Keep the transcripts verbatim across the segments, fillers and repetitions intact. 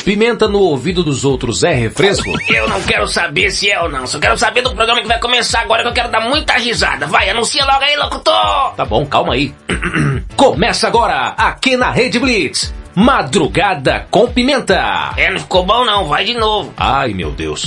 Pimenta no ouvido dos outros é refresco? Eu não quero saber se é ou não. Só quero saber do programa que vai começar agora, que eu quero dar muita risada. Vai, anuncia logo aí, locutor! Tá bom, calma aí. Começa agora, aqui na Rede Blitz. Madrugada com Pimenta. É, não ficou bom não, vai de novo. Ai, meu Deus.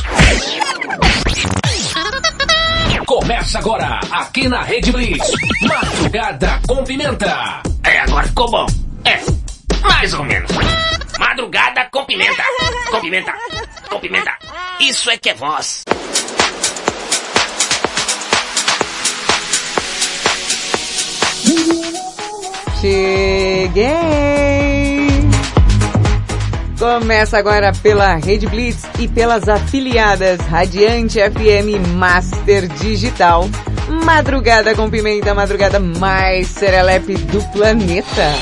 Começa agora, aqui na Rede Blitz. Madrugada com Pimenta. É, agora ficou bom. É, mais ou menos. Madrugada com Pimenta. Com Pimenta. Com Pimenta. Isso é que é voz. Cheguei! Começa agora pela Rede Blitz e pelas afiliadas Radiante F M Master Digital. Madrugada com Pimenta, a madrugada mais serelepe do planeta.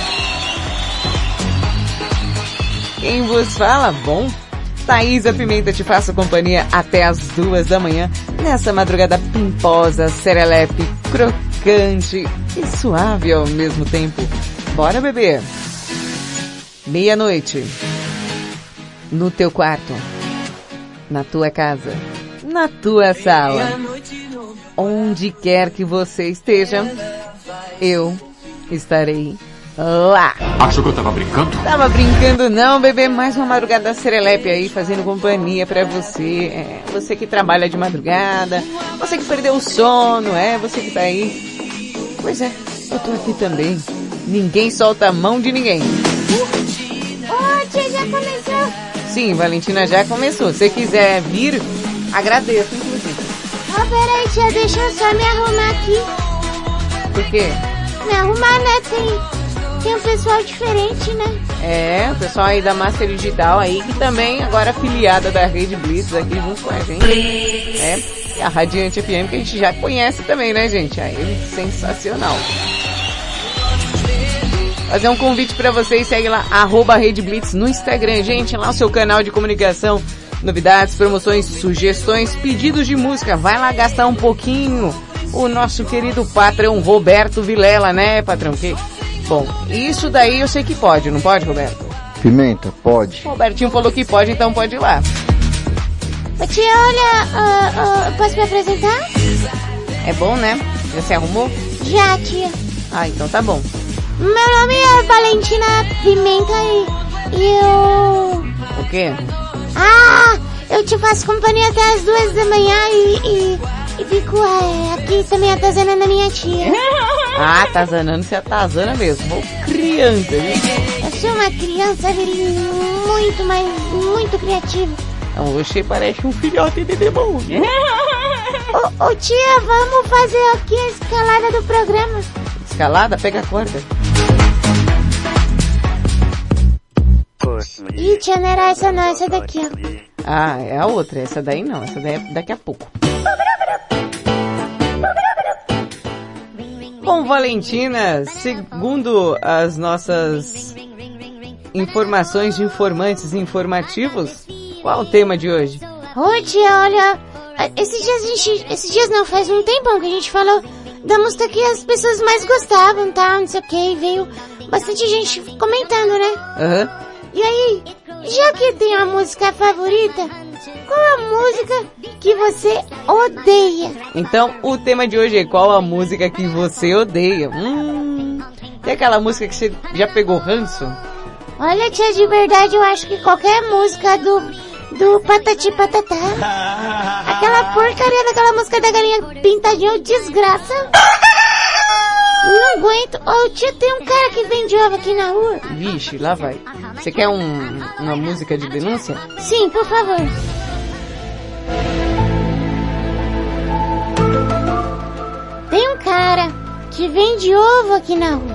Quem vos fala? Bom, Thaísa Pimenta te faço companhia até as duas da manhã, nessa madrugada pimposa, serelepe, crocante e suave ao mesmo tempo. Bora, bebê! Meia-noite. No teu quarto. Na tua casa. Na tua sala. Onde quer que você esteja, eu estarei lá. Achou que eu tava brincando? Tava brincando não, bebê. Mais uma madrugada serelepe aí, fazendo companhia pra você. É, você que trabalha de madrugada, você que perdeu o sono, é, você que tá aí. Pois é, eu tô aqui também. Ninguém solta a mão de ninguém. Ô, tia, já começou? Sim, Valentina, já começou. Se quiser vir, agradeço, inclusive. Ó, oh, peraí, tia, deixa eu só me arrumar aqui. Por quê? Me arrumar, né? Tem, tem um pessoal diferente, né? É, o pessoal aí da Master Digital aí, que também agora afiliada da Rede Blitz aqui junto com a gente. É, a Radiante F M, que a gente já conhece também, né, gente? Aí, sensacional. Fazer um convite pra vocês, segue lá, arroba Rede Blitz no Instagram, gente, lá o seu canal de comunicação, novidades, promoções, sugestões, pedidos de música, vai lá gastar um pouquinho, o nosso querido patrão Roberto Vilela, né, patrão? Que... Bom, isso daí eu sei que pode, não pode, Roberto? Pimenta, pode. O Robertinho falou que pode, então pode ir lá. Ô tia, olha, uh, uh, posso me apresentar? É bom, né? Já se arrumou? Já, tia. Ah, então tá bom. Meu nome é Valentina Pimenta e, e eu... O quê? Ah, eu te faço companhia até as duas da manhã e, e, e fico é, aqui também atazanando a minha tia. Ah, atazanando, você atazana mesmo. Ô, criança, viu? Eu sou uma criança muito, mas muito criativa. Então, você parece um filhote de demônio. Ô, ô tia, vamos fazer aqui a escalada do programa. Escalada? Pega a corda. Ih, tia, não era essa não, essa daqui, ó. Ah, é a outra. Essa daí não, essa daí é daqui a pouco. Bom, Valentina, segundo as nossas informações de informantes informativos, qual o tema de hoje? Ô, tia, olha, esses dias a gente, esses dias não, faz um tempão que a gente falou da música que as pessoas mais gostavam, tá, não sei o que, e veio bastante gente comentando, né? Aham. Uhum. E aí, já que tem a música favorita, qual a música que você odeia? Então, o tema de hoje é qual a música que você odeia? Hum, tem aquela música que você já pegou ranço? Olha, tia, de verdade, eu acho que qualquer música do, do Patati Patatá, aquela porcaria daquela música da galinha pintadinha, desgraça. Não aguento. Ô, oh, tia, tem um cara que vende ovo aqui na rua. Vixe, lá vai. Você quer um, uma música de denúncia? Sim, por favor. Tem um cara que vende ovo aqui na rua.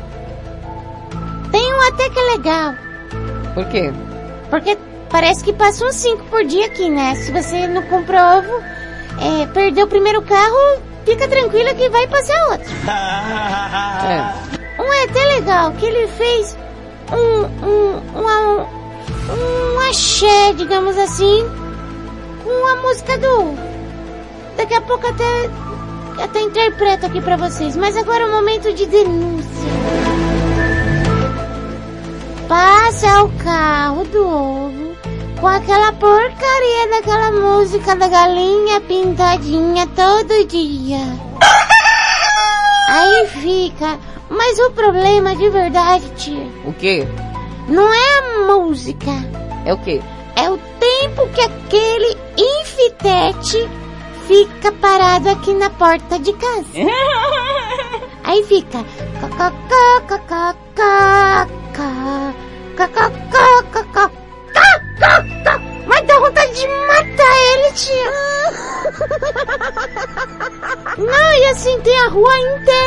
Tem um até que é legal. Por quê? Porque parece que passa uns cinco por dia aqui, né? Se você não compra ovo, é, perdeu o primeiro carro, fica tranquila que vai passar outro. É. Um é até legal, que ele fez um, um, um, um axé, digamos assim, com a música do ovo. Daqui a pouco até, até interpreto aqui pra vocês, mas agora é o momento de denúncia. Passa o carro do ovo com aquela porcaria daquela música da galinha pintadinha todo dia. Aí fica, mas o problema de verdade, tia... O quê? Não é a música. É o quê? É o tempo que aquele infitete fica parado aqui na porta de casa. Aí fica... Mas dá vontade de matar ele, tia. Não, e assim tem a rua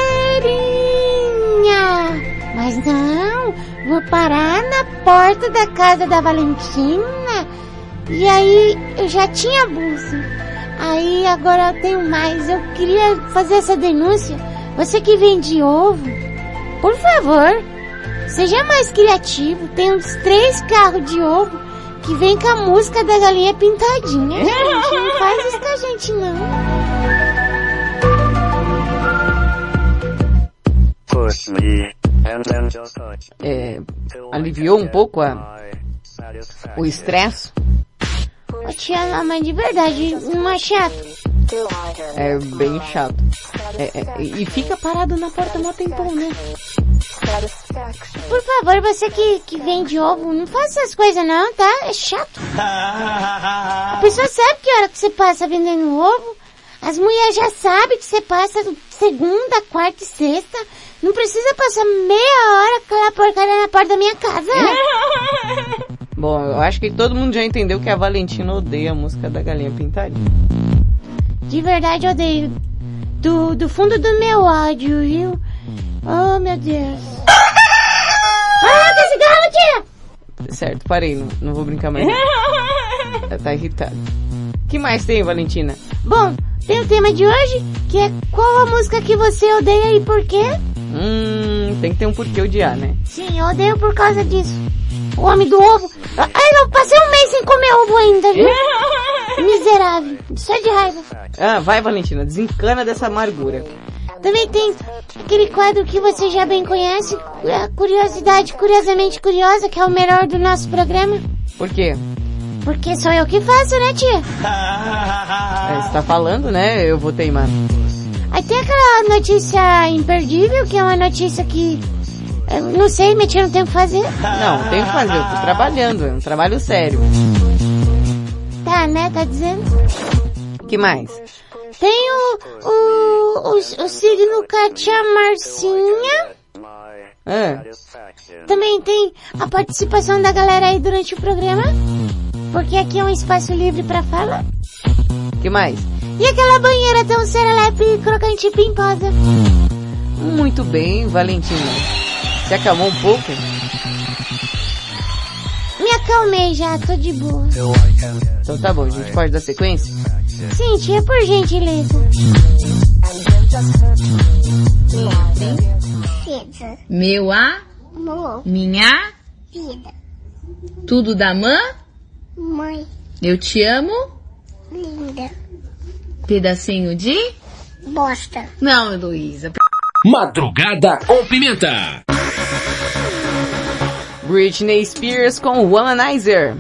inteirinha. Mas não, vou parar na porta da casa da Valentina. E aí eu já tinha bússola. Aí agora eu tenho mais. Eu queria fazer essa denúncia. Você que vende ovo, por favor, seja mais criativo. Tem uns três carros de ovo que vem com a música da galinha pintadinha. Gente, não faz isso com a gente, não. É, aliviou um pouco a, o estresse? Ô tia, mas de verdade, não é chato? É bem chato. É, é, e fica parado na porta mó tempão, né? Por favor, você que, que vende ovo, não faça essas coisas não, tá? É chato. A pessoa sabe que hora que você passa vendendo ovo. As mulheres já sabem que você passa segunda, quarta e sexta. Não precisa passar meia hora com aquela porcaria na porta da minha casa. Bom, eu acho que todo mundo já entendeu que a Valentina odeia a música da galinha pintadinha. De verdade, eu odeio. Do, do fundo do meu ódio, viu? Oh, meu Deus. Ah, que cigarro, tia! Certo, parei, não, não vou brincar mais. Ela tá irritada. O que mais tem, Valentina? Bom, tem o tema de hoje, que é qual a música que você odeia e por quê? Hum, tem que ter um porquê odiar, né? Sim, eu odeio por causa disso. O homem do ovo. Ai, eu passei um mês sem comer ovo ainda, viu? Miserável. Só de raiva. Ah, vai, Valentina, desencana dessa amargura. Também tem aquele quadro que você já bem conhece, a Curiosidade Curiosamente Curiosa, que é o melhor do nosso programa. Por quê? Porque sou eu que faço, né, tia? É, você tá falando, né? Eu vou teimar. Aí tem aquela notícia imperdível, que é uma notícia que... Eu não sei, minha tia não tem o que fazer. Não, tem o que fazer, eu tô trabalhando, é um trabalho sério. Tá, né? Tá dizendo? Que mais? Tem o, o, o, o signo Katia Marcinha. Ah. Também tem a participação da galera aí durante o programa. Porque aqui é um espaço livre pra fala. Que mais? E aquela banheira tão serelepe, crocante e pimposa. Muito bem, Valentina. Se acalmou um pouco? Me acalmei já, tô de boa. Então tá bom, a gente pode dar sequência? Sim, tia, por gentileza. Meu amor. Minha Vida. Tudo da mãe. Mãe. Eu te amo. Linda. Pedacinho de Bosta. Não, Heloísa. Madrugada com Pimenta. Britney Spears com Womanizer.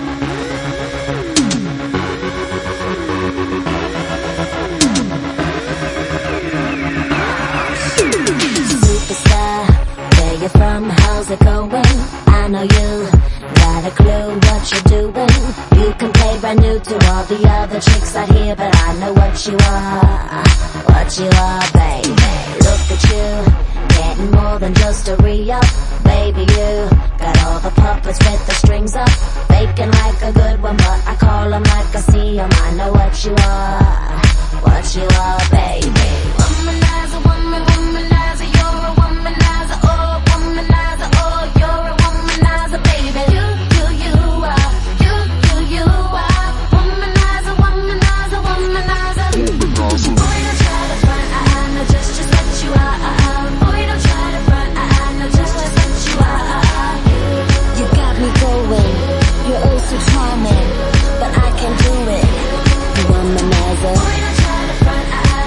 Superstar, where you from, how's it going? I know you got a clue what you're doing. You can play brand new to all the other chicks out here, but I know what you are, what you are, baby. Look at you, getting more than just a re-up. Baby, you got all the puppets with the strings up, faking like a good one, but I call them like I see them. I know what you are, what you are, baby. Womanizer, woman, womanizer, you're a womanizer, oh, womanizer, oh, you're a womanizer, baby. You, you, you are, you, you, you are, womanizer, womanizer, womanizer. Boy, don't try to front, I, I know just, just what you are, uh, uh. Boy, don't try to front, I, I know just, just what you are, uh, uh. You got me going, you're oh so charming, but I can't do it. You womanizer. Boy, don't try to front, I, I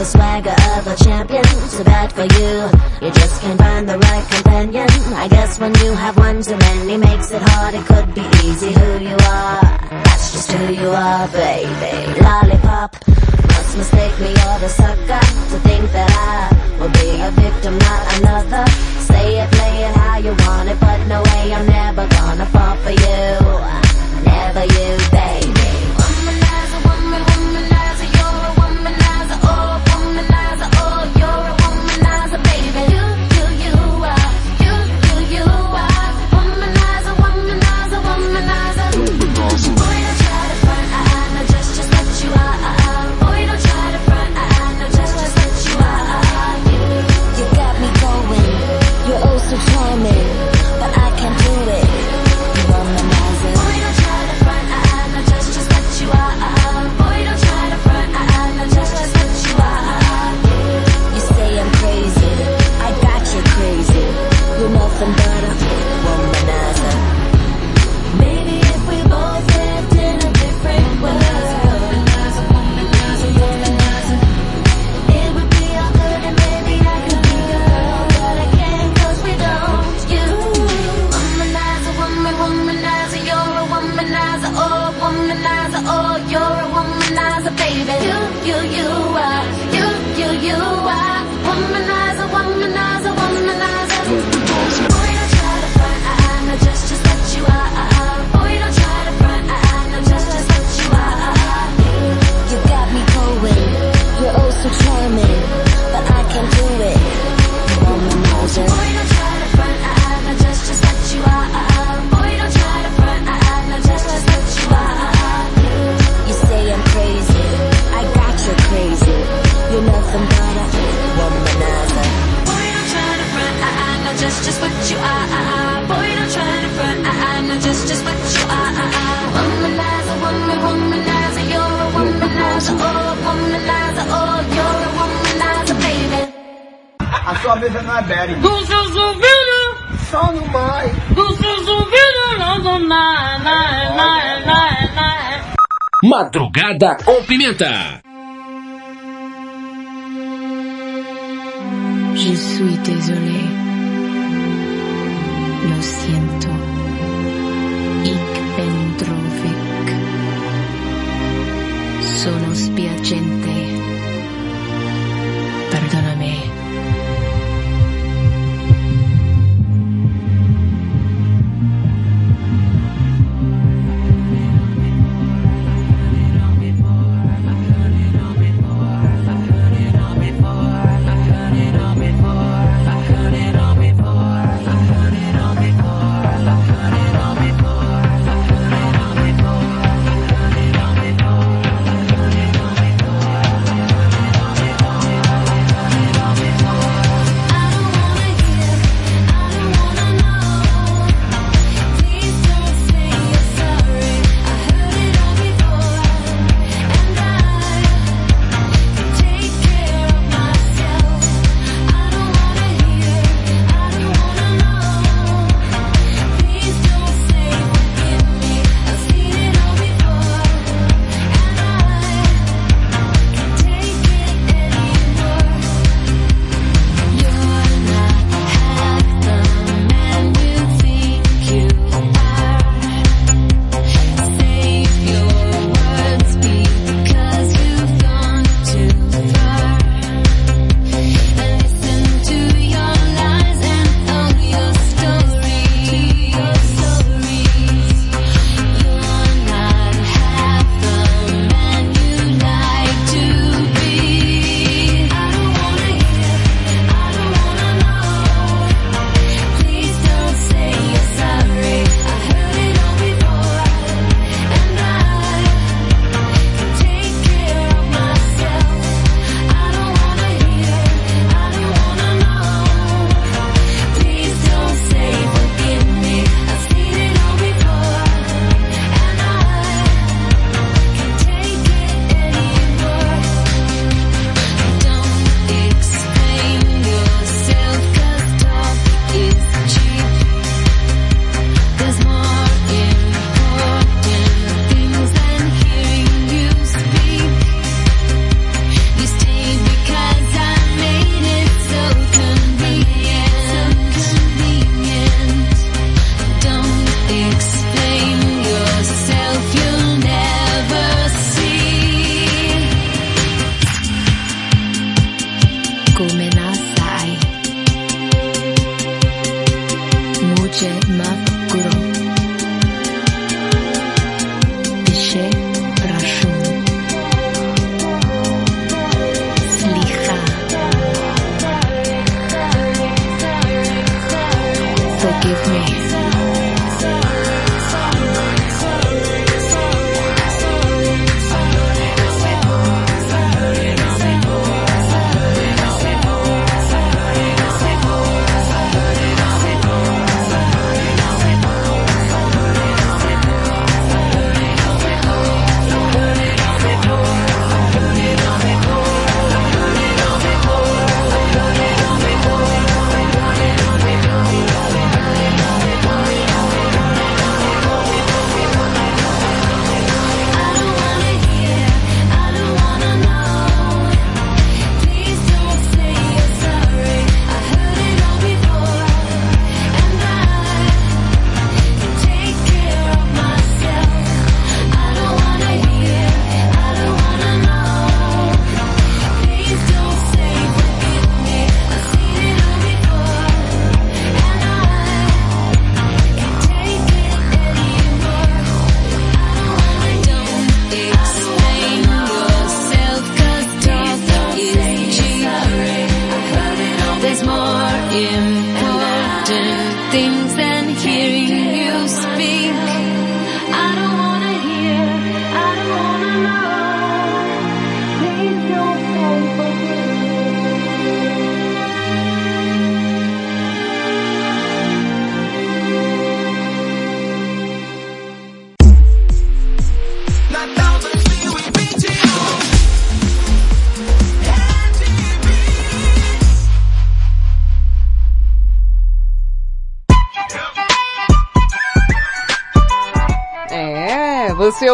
swagger of a champion. Too bad for you, you just can't find the right companion. I guess when you have one too many makes it hard. It could be easy who you are, that's just who you are, baby. Lollipop, must mistake me or the sucker to think that I will be a victim, not another. Say it, play it how you want it, but no way, I'm never gonna fall for you. Never you, baby. Womanizer, woman, womanizer, you're a womanizer, oh, womanizer, oh, you're a womanizer, baby. You, you, you are, you, you, you are, womanizer, womanizer, womanizer. Boy, don't try to front, I, I know just, just what you are, uh, uh. Boy, don't try to front, I, I know just, just what you are, uh, uh. You, you got me going, you're oh so charming, but I can't do it. Womanizer. Boy, don't try to front, I, I know just, just what you are, uh, uh. Boy, don't try to front, I, I know just, just what you are, uh, uh. You say I'm crazy, I got you crazy. You're nothing but a womanizer. Maybe if we both lived in a different world, it would be all good and maybe I could be girl, but I can't 'cause we don't. You, womanizer, woman, womanizer, you're a womanizer, oh, womanizer, oh, you're a womanizer, baby. You, you, you are, you, you, you are, womanizer, womanizer, womanizer. Boy, don't try to front, I, I know just, just what you are, uh, uh. Boy, don't try to front, I, I know just, just what you are, uh, uh. You got me going, you're oh so charming, but I can't do it. Womanizer. Boy, don't try to front, I, I know just, just what you are, uh, uh. Boy, don't try to front, I, I know just, just what you are, uh, uh. You say I'm crazy, I got you crazy. You're nothing but a womanizer. Boy, don't try to front, I, I know just, just what you are, uh, uh. Boy, don't try to front, I, I know just, just what you are, uh, uh. Womanizer, woman, womanizer, you're a womanizer, oh, womanizer, oh, you're a womanizer, baby. A sua vez não é Betty. Dos seus ouvidos, Só no mais. dos seus ouvidos, não dou nada, nada, nada, nada. Madrugada com Pimenta. Je suis désolé. Lo siento. Ich bin traurig. Sono spiacente. Perdóname. Before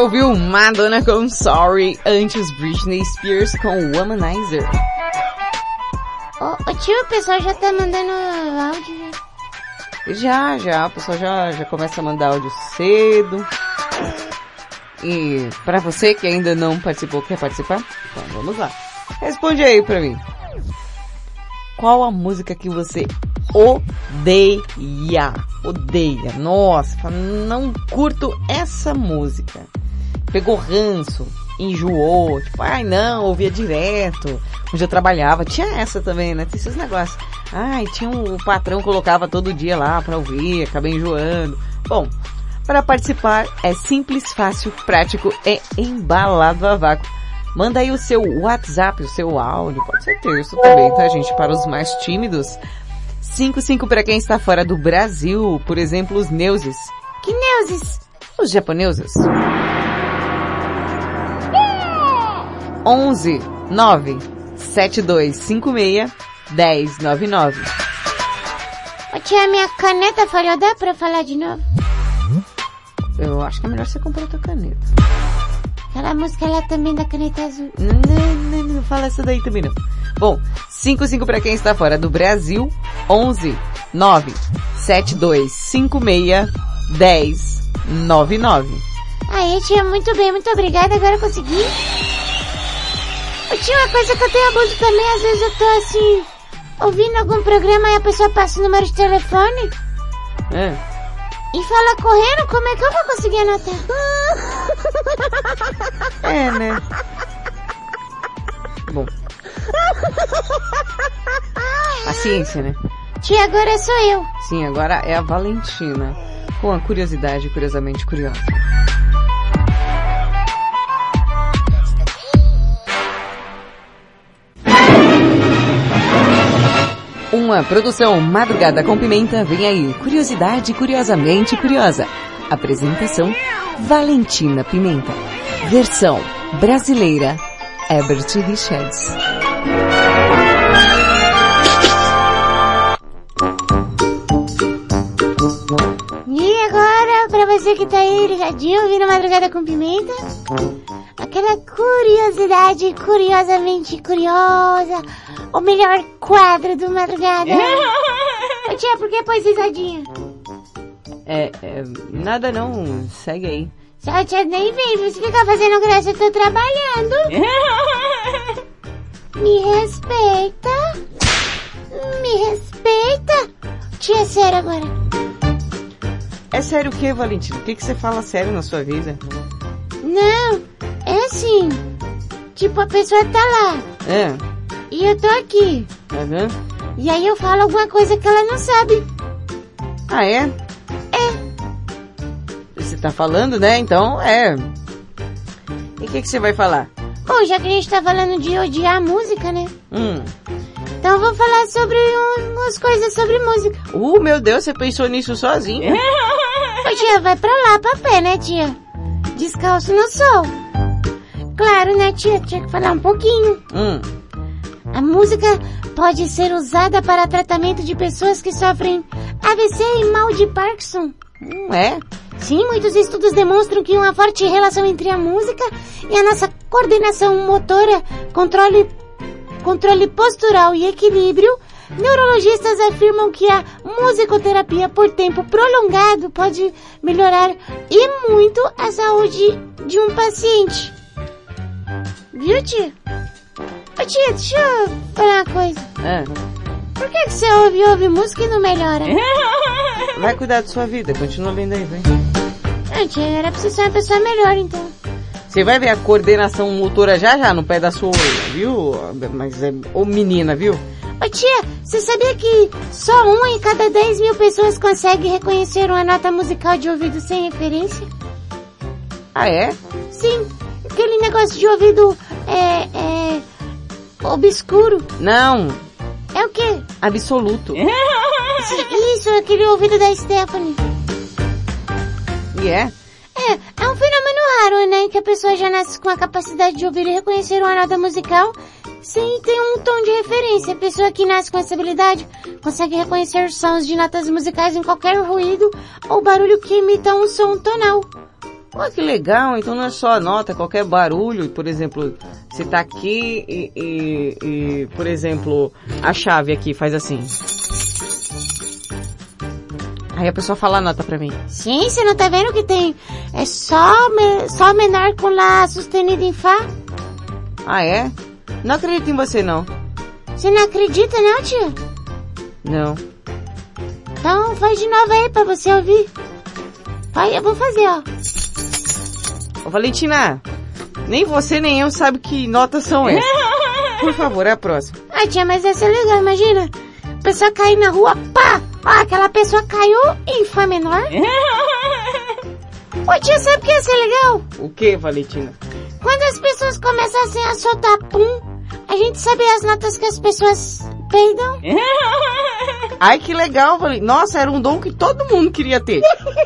ouviu Madonna com Sorry, antes Britney Spears com Womanizer. Ô, ô tio, o pessoal já tá mandando áudio. Já, já, o pessoal já, já começa a mandar áudio cedo. E pra você que ainda não participou, quer participar? Então vamos lá. Responde aí pra mim. Qual a música que você odeia? Odeia. Nossa, não curto essa música. Pegou ranço, enjoou, tipo, ai não, ouvia direto. Onde eu trabalhava, tinha essa também, né? Tem esses negócios. Ai, tinha um, o patrão colocava todo dia lá pra ouvir, acabei enjoando. Bom, para participar é simples, fácil, prático e embalado a vácuo. Manda aí o seu WhatsApp, o seu áudio, pode ser texto também, tá gente? Para os mais tímidos. cinco cinco para quem está fora do Brasil, por exemplo, os Neuses. Que Neuses? Os japoneses. onze nove sete dois cinco seis um zero nove nove. Ô tia, minha caneta falhou, dá pra falar de novo? Eu acho que é melhor você comprar outra caneta. Aquela música lá também da caneta azul. Não, não, não fala essa daí também não. Bom, cinco cinco para quem está fora do Brasil, onze nove sete dois cinco seis um zero nove nove. Aí tia, muito bem, muito obrigada, agora eu consegui. Eu tinha uma coisa que eu tenho abuso também, às vezes eu tô assim, ouvindo algum programa e a pessoa passa o número de telefone. É. E fala correndo, como é que eu vou conseguir anotar? É, né? Bom. Paciência, né? Tia, agora sou eu. Sim, agora é a Valentina. Com a curiosidade, curiosamente curiosa. Uma produção Madrugada com Pimenta, vem aí. Curiosidade curiosamente curiosa. Apresentação Valentina Pimenta. Versão brasileira Herbert Richards. E agora, pra você que tá aí ligadinho, ouvindo Madrugada com Pimenta, aquela curiosidade curiosamente curiosa, o melhor quadro do Madrugada. Ô tia, por que pôs risadinha? É, é, nada não, segue aí. Só tia, nem vem, você fica fazendo graça, eu tô trabalhando. Me respeita. Me respeita. Tia, é sério agora. É sério o que, Valentina? O que, que você fala sério na sua vida? Não, é assim. Tipo, a pessoa tá lá. É. E eu tô aqui. Uhum. E aí eu falo alguma coisa que ela não sabe. Ah, é? É. Você tá falando, né? Então, é. E o que, que você vai falar? Bom, já que a gente tá falando de odiar a música, né? Hum. Então eu vou falar sobre um, umas coisas sobre música. Uh, meu Deus, você pensou nisso sozinha? Ô tia, vai pra lá, pra pé, né tia? Descalço no sol. Claro, né tia? Tinha que falar um pouquinho. Hum. A música pode ser usada para tratamento de pessoas que sofrem A V C e mal de Parkinson. Hum, é? Sim, muitos estudos demonstram que uma forte relação entre a música e a nossa coordenação motora, controle, controle postural e equilíbrio. Neurologistas afirmam que a musicoterapia por tempo prolongado pode melhorar e muito a saúde de um paciente. Viu, tia? Ô tia, deixa eu falar uma coisa. É. Por que, que você ouve ouve música e não melhora? Vai cuidar da sua vida, continua vendo aí, vem. Ah, tia, era pra você ser uma pessoa melhor, então. Você vai ver a coordenação motora já já no pé da sua orelha, viu? Mas é... Ô menina, viu? Ô tia, você sabia que só uma em cada dez mil pessoas consegue reconhecer uma nota musical de ouvido sem referência? Ah, é? Sim, aquele negócio de ouvido é... é... obscuro. Não. É o quê? Absoluto. Isso, aquele ouvido da Stephanie. E é? É, é um fenômeno raro, né? Que a pessoa já nasce com a capacidade de ouvir e reconhecer uma nota musical sem ter um tom de referência. A pessoa que nasce com essa habilidade consegue reconhecer os sons de notas musicais em qualquer ruído ou barulho que imita um som tonal. Olha que legal, então não é só a nota, qualquer barulho, por exemplo, você tá aqui e, e, e, por exemplo, a chave aqui faz assim. Aí a pessoa fala a nota pra mim. Sim, você não tá vendo que tem... É só, me, só menor com lá sustenido em Fá? Ah, é? Não acredito em você, não. Você não acredita, não, tia? Não. Então faz de novo aí pra você ouvir. Vai, eu vou fazer, ó. Ô, Valentina, nem você nem eu sabe que notas são essas. Por favor, é a próxima. Ai, tia, mas essa é legal, imagina. A pessoa cair na rua, pá! Ah, aquela pessoa caiu em Fá menor. Ô, tia, sabe o que ia ser legal? O que, Valentina? Quando as pessoas começassem a soltar pum, a gente sabe as notas que as pessoas peidam. Ai, que legal, Valentina. Nossa, era um dom que todo mundo queria ter.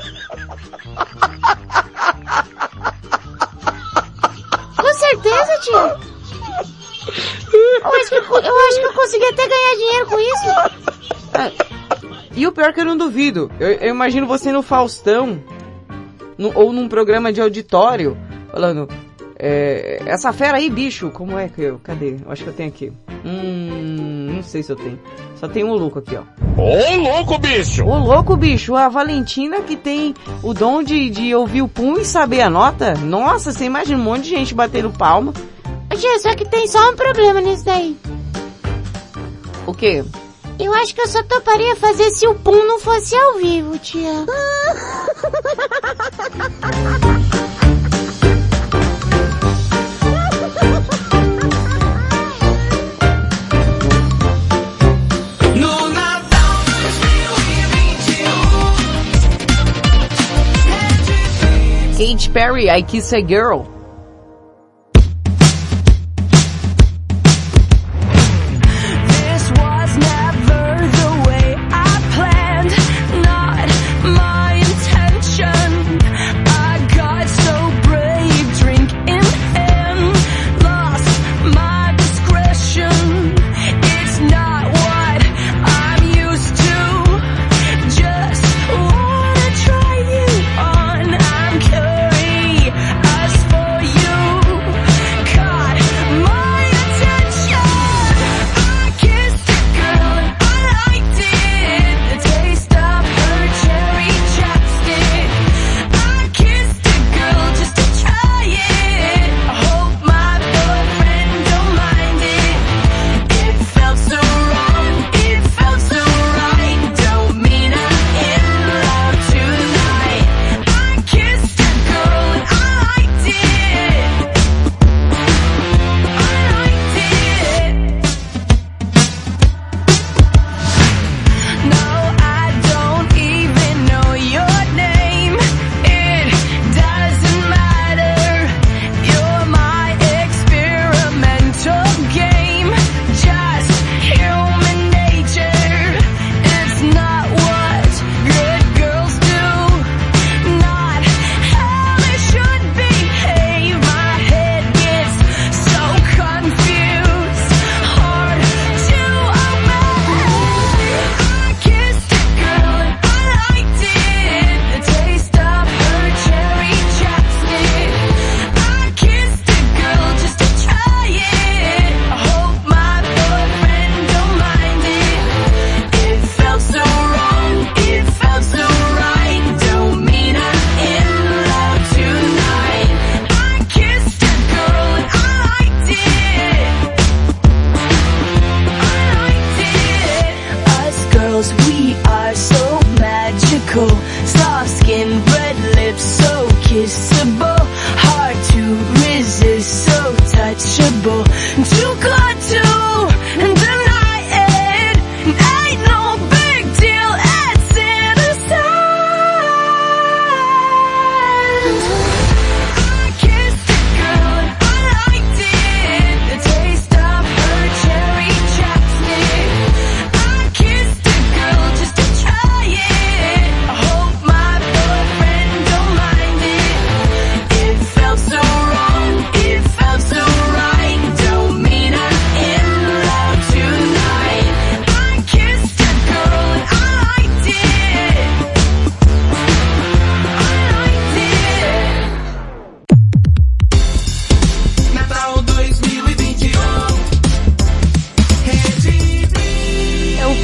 Com certeza, tia. Eu acho, que eu, eu acho que eu consegui até ganhar dinheiro com isso. Ah, e o pior é que eu não duvido. Eu, eu imagino você no Faustão, no, ou num programa de auditório, falando... É, essa fera aí, bicho, como é que eu... Cadê? Eu acho que eu tenho aqui. Hum... Não sei se eu tenho. Só tem um louco aqui, ó. Ô, louco, bicho! Ô, louco, bicho. A Valentina que tem o dom de, de ouvir o pum e saber a nota. Nossa, você imagina um monte de gente batendo palma. Tia, só que tem só um problema nisso daí. O quê? Eu acho que eu só toparia fazer se o pum não fosse ao vivo, tia. Katy Perry, I Kiss a Girl. As for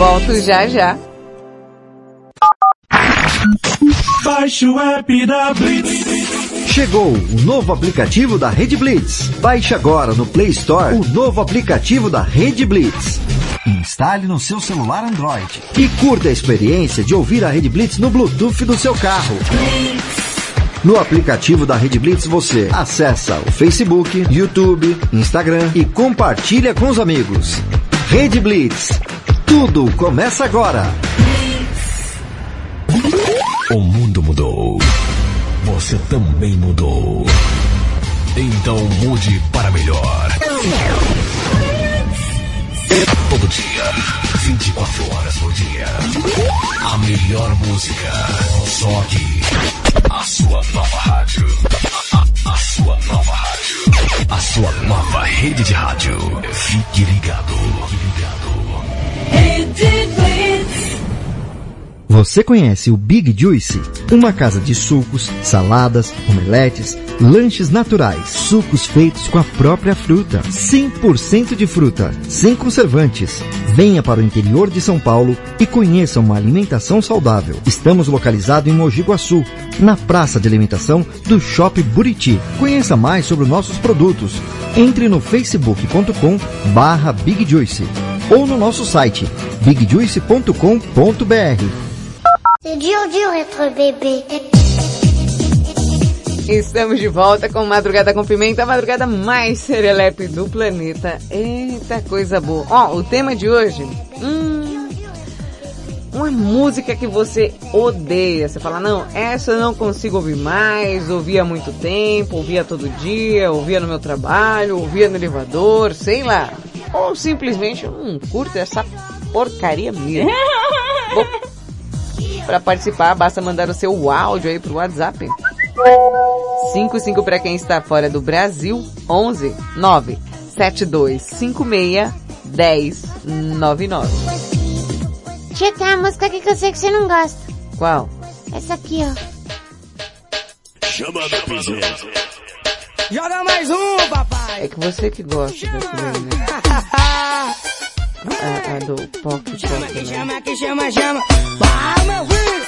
Volto já já. Baixe o app da Blitz. Chegou o novo aplicativo da Rede Blitz. Baixe agora no Play Store o novo aplicativo da Rede Blitz. Instale no seu celular Android e curta a experiência de ouvir a Rede Blitz no Bluetooth do seu carro. No aplicativo da Rede Blitz você acessa o Facebook, YouTube, Instagram e compartilha com os amigos. Rede Blitz. Tudo começa agora. O mundo mudou. Você também mudou. Então mude para melhor. Todo dia, vinte e quatro horas por dia. A melhor música. Só aqui. A sua nova rádio. A, a, a sua nova rádio. A sua nova rede de rádio. Fique ligado. Fique ligado. Rede Blitz. Você conhece o Big Juicy? Uma casa de sucos, saladas, omeletes, lanches naturais, sucos feitos com a própria fruta, cem por cento de fruta, sem conservantes. Venha para o interior de São Paulo e conheça uma alimentação saudável. Estamos localizados em Mogi Guaçu, na praça de alimentação do Shopping Buriti. Conheça mais sobre os nossos produtos. Entre no facebook ponto com barra Big Juicy ou no nosso site big juicy ponto com ponto b r. C'est dur, dur être bébé. Estamos de volta com Madrugada com Pimenta, a madrugada mais serelepe do planeta. Eita, coisa boa. Ó, o tema de hoje, hum, uma música que você odeia. Você fala, não, essa eu não consigo ouvir mais, ouvia há muito tempo, ouvia todo dia, ouvia no meu trabalho, ouvia no elevador, sei lá. Ou simplesmente, não curto essa porcaria mesmo. Bom, para participar, basta mandar o seu áudio aí pro WhatsApp. cinco cinco para quem está fora do Brasil, onze nove sete dois cinco seis um zero nove nove. Tia, tem uma música aqui que eu sei que você não gosta. Qual? Essa aqui, ó. Chama do piseiro. Joga mais um, papai. É que você que gosta dessa daí, né? A, a do Poc Poc, Chama que né? chama, que chama, chama. Vai, meu filho.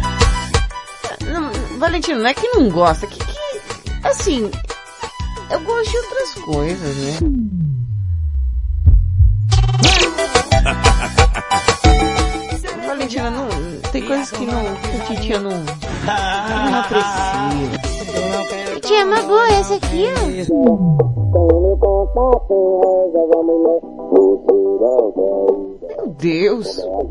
Não, Valentino, não é que não gosta, que, que assim, eu gosto de outras coisas, né? Valentina, não, tem coisas que não, que a titia não, não aprecia. Tia, é uma boa essa aqui, ó. Meu Deus.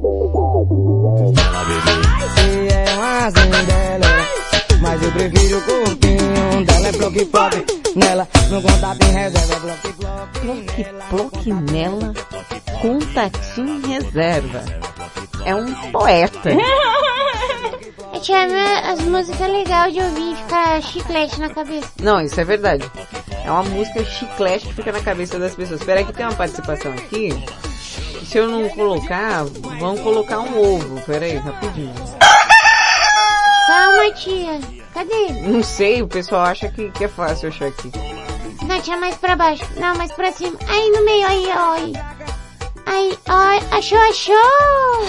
É uma dela, mas eu prefiro o corpinho dela. É bloque pop nela, no contato em reserva. Bloque Bloque Bloque nela, contatinho em reserva. É um poeta. Tia, as músicas legais de ouvir e ficar chiclete na cabeça. Não, isso é verdade. É uma música chiclete que fica na cabeça das pessoas. Espera aí que tem uma participação aqui. Se eu não colocar, vão colocar um ovo. Espera aí, rapidinho. Calma, tia. Cadê? Não sei, o pessoal acha que, que é fácil achar aqui. Não, tia, mais pra baixo. Não, mais pra cima. Aí no meio, aí, ó. Aí, aí, ó. Achou, achou.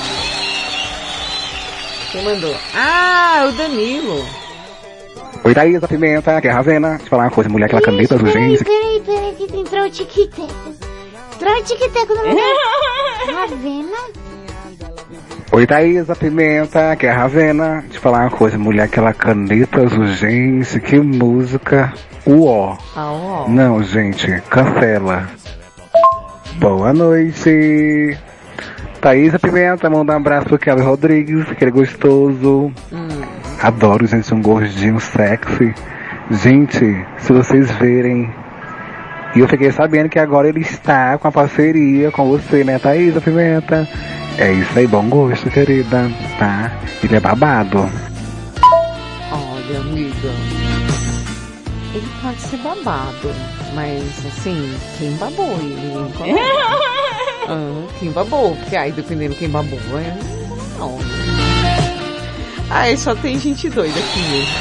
Quem mandou? Ah, o Danilo. Oi, Thaís, a Pimenta, que é a Ravena. Deixa eu falar uma coisa, mulher, aquela caneta do Peraí, gente. peraí, peraí, que entrou o tic-teco. Entrou o tic-teco no lugar. Ravena? Oi, Thaís, a Pimenta, que é a Ravena. Deixa eu falar uma coisa, mulher, aquela caneta azul, gente, que música. Uó. Ah, ó. Não, gente, cancela. Boa noite. Thaís, a Pimenta, manda um abraço pro Kelvin Rodrigues, aquele gostoso. Hum. Adoro, gente, um gordinho sexy. Gente, se vocês verem... E eu fiquei sabendo que agora ele está com a parceria com você, né, Thaís, a Pimenta? É isso aí, bom gosto, querida, tá? Ele é babado. Olha, amiga, ele pode ser babado, mas assim, quem babou ele? Ah, quem babou? Porque aí, dependendo quem babou, é... não. Ai, só tem gente doida aqui mesmo.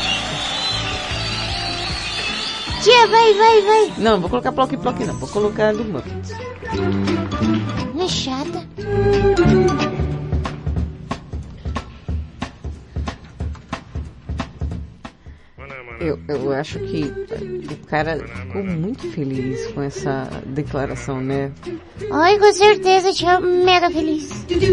Tia, vai, vai, vai. Não, vou colocar Plock Plock não, vou colocar do Muppets. Não é chata. Eu, eu acho que o cara ficou muito feliz com essa declaração, né? Ai, com certeza, tia, mega feliz.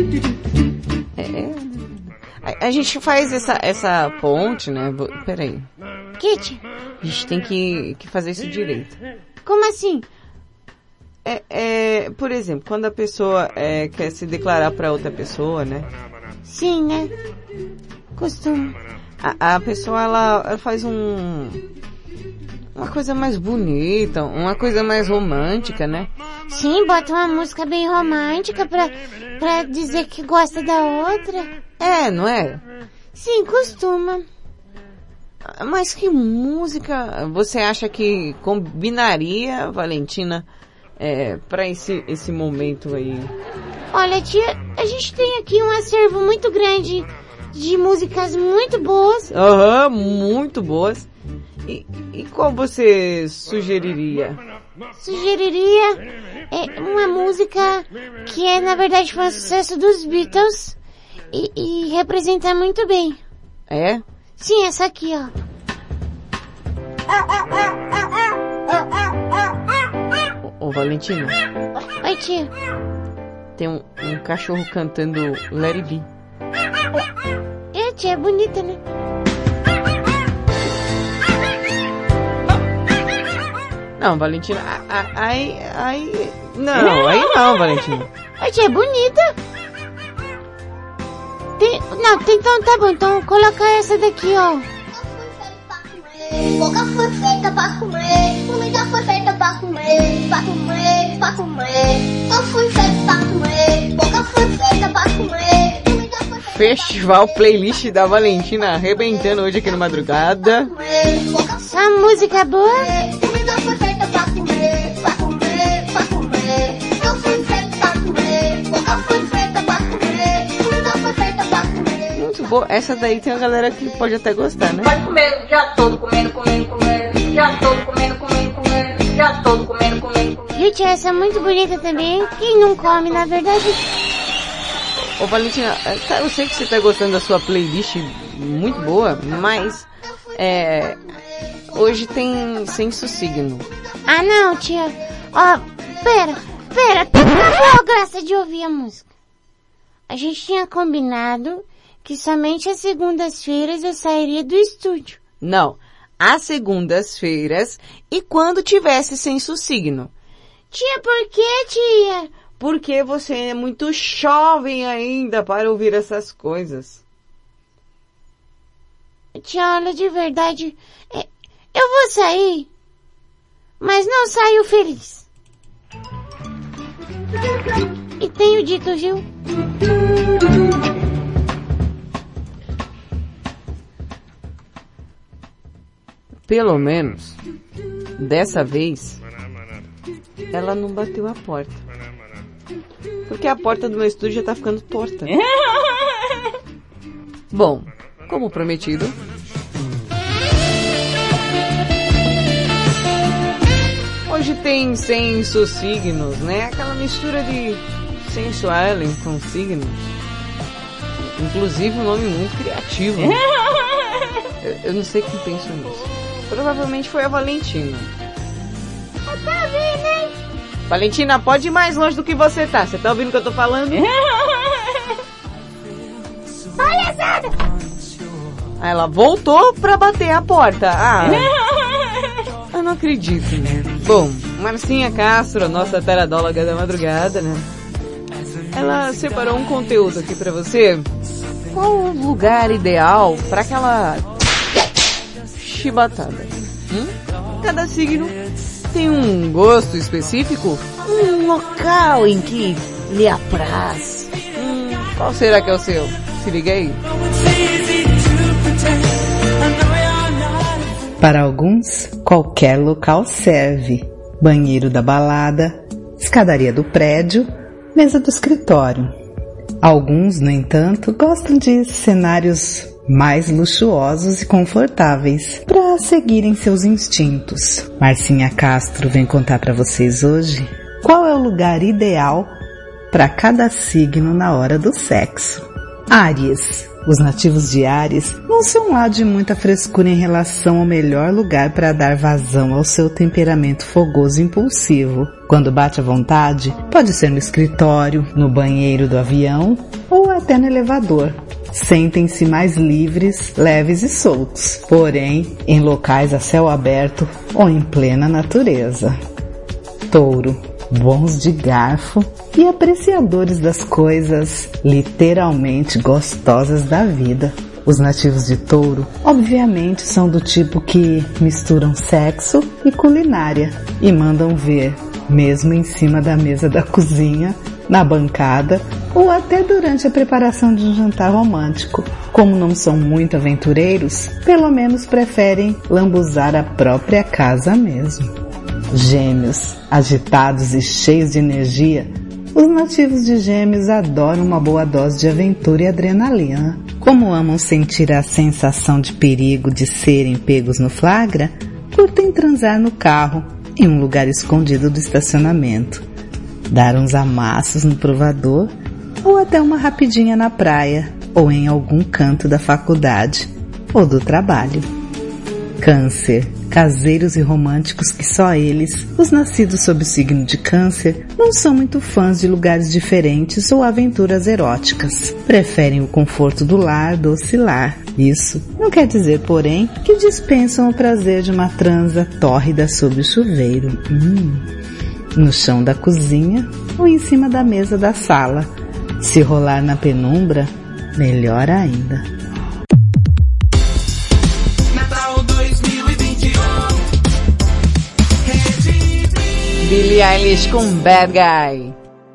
É, a, a gente faz essa, essa ponte, né? Peraí. Que, tia? A gente tem que, que fazer isso direito. Como assim? É, é, por exemplo, quando a pessoa é, quer se declarar pra outra pessoa, né? Sim, né? Costume. A, a pessoa, ela, ela faz um... uma coisa mais bonita, uma coisa mais romântica, né? Sim, bota uma música bem romântica pra, pra dizer que gosta da outra. É, não é? Sim, costuma. Mas que música você acha que combinaria, Valentina, é, pra esse, esse momento aí? Olha, tia, a gente tem aqui um acervo muito grande de músicas muito boas. Aham, uhum, muito boas. E, e qual você sugeriria? Sugeriria é, uma música que é, na verdade, foi um sucesso dos Beatles e, e representa muito bem. É? Sim, essa aqui, ó. Ô, ô Valentina. Oi, tia. Tem um, um cachorro cantando Let It Be. É, tia, é bonita, né? Não, Valentina, aí, aí, não, aí não, Valentina. A tia é bonita. Tem, não, tem, então tá bom, então coloca essa daqui, ó. Boca foi feita pra comer, comida foi feita pra comer, pra comer, pra comer. Eu fui feita pra comer, boca foi feita pra comer, comida foi feita. Festival playlist da Valentina arrebentando hoje aqui no Madrugada. Essa música boa. Comida foi feita pra comer, pra comer, pra comer. Eu fui feita pra comer, boca foi feita pra comer, comida foi feita pra comer. Muito boa. Essa daí tem uma galera que pode até gostar, né? Pode comer, já todo comendo, comendo, comendo. Já todo comendo, comendo, comendo. Já todo comendo, comendo, comendo. Gente, essa é muito bonita também. Quem não come, na verdade... Ô Valentina, eu sei que você tá gostando da sua playlist muito boa, mas... É... Hoje tem senso signo. Ah, não, tia. Ó, pera, pera. Acabou a graça de ouvir a música. A gente tinha combinado que somente às segundas-feiras eu sairia do estúdio. Não, às segundas-feiras e quando tivesse senso signo. Tia, por que, tia? Porque você é muito jovem ainda para ouvir essas coisas. Tia, olha, de verdade, é, eu vou sair, mas não saio feliz. E tenho dito, viu? Pelo menos, dessa vez, ela não bateu a porta. Porque a porta do meu estúdio já tá ficando torta. Bom, como prometido... Hoje tem senso signos, né? Aquela mistura de senso alien com signos. Inclusive um nome muito criativo. eu, eu não sei quem pensou nisso. Provavelmente foi a Valentina. Tá vendo, hein? Valentina, pode ir mais longe do que você tá. Você tá ouvindo o que eu tô falando? Palhaçada! Aí ela voltou pra bater a porta. Ah, eu não acredito, né? Bom, Marcinha Castro, nossa taradóloga da madrugada, né? Ela separou um conteúdo aqui pra você. Qual o lugar ideal pra aquela chibatada? Hum? Cada signo tem um gosto específico? Um local em que lhe apraz? Hum, qual será que é o seu? Se liga aí. Para alguns, qualquer local serve. Banheiro da balada, escadaria do prédio, mesa do escritório. Alguns, no entanto, gostam de cenários mais luxuosos e confortáveis para seguirem seus instintos. Marcinha Castro vem contar para vocês hoje qual é o lugar ideal para cada signo na hora do sexo. Áries, Os nativos de Áries não são lá de muita frescura em relação ao melhor lugar para dar vazão ao seu temperamento fogoso e impulsivo. Quando bate à vontade, pode ser no escritório, no banheiro do avião ou até no elevador. Sentem-se mais livres, leves e soltos, porém em locais a céu aberto ou em plena natureza. Touro, bons de garfo e apreciadores das coisas literalmente gostosas da vida. Os nativos de Touro, obviamente, são do tipo que misturam sexo e culinária e mandam ver, mesmo em cima da mesa da cozinha, na bancada ou até durante a preparação de um jantar romântico. Como não são muito aventureiros, pelo menos preferem lambuzar a própria casa mesmo. Gêmeos, agitados e cheios de energia, os nativos de Gêmeos adoram uma boa dose de aventura e adrenalina. Como amam sentir a sensação de perigo de serem pegos no flagra, curtem transar no carro, em um lugar escondido do estacionamento, dar uns amassos no provador ou até uma rapidinha na praia ou em algum canto da faculdade ou do trabalho. Câncer, caseiros e românticos que só eles, os nascidos sob o signo de Câncer, não são muito fãs de lugares diferentes ou aventuras eróticas. Preferem o conforto do lar, doce lar. Isso não quer dizer, porém, que dispensam o prazer de uma transa tórrida sob o chuveiro. Hum. No chão da cozinha ou em cima da mesa da sala. Se rolar na penumbra, melhor ainda. Billie Eilish com Bad Guy.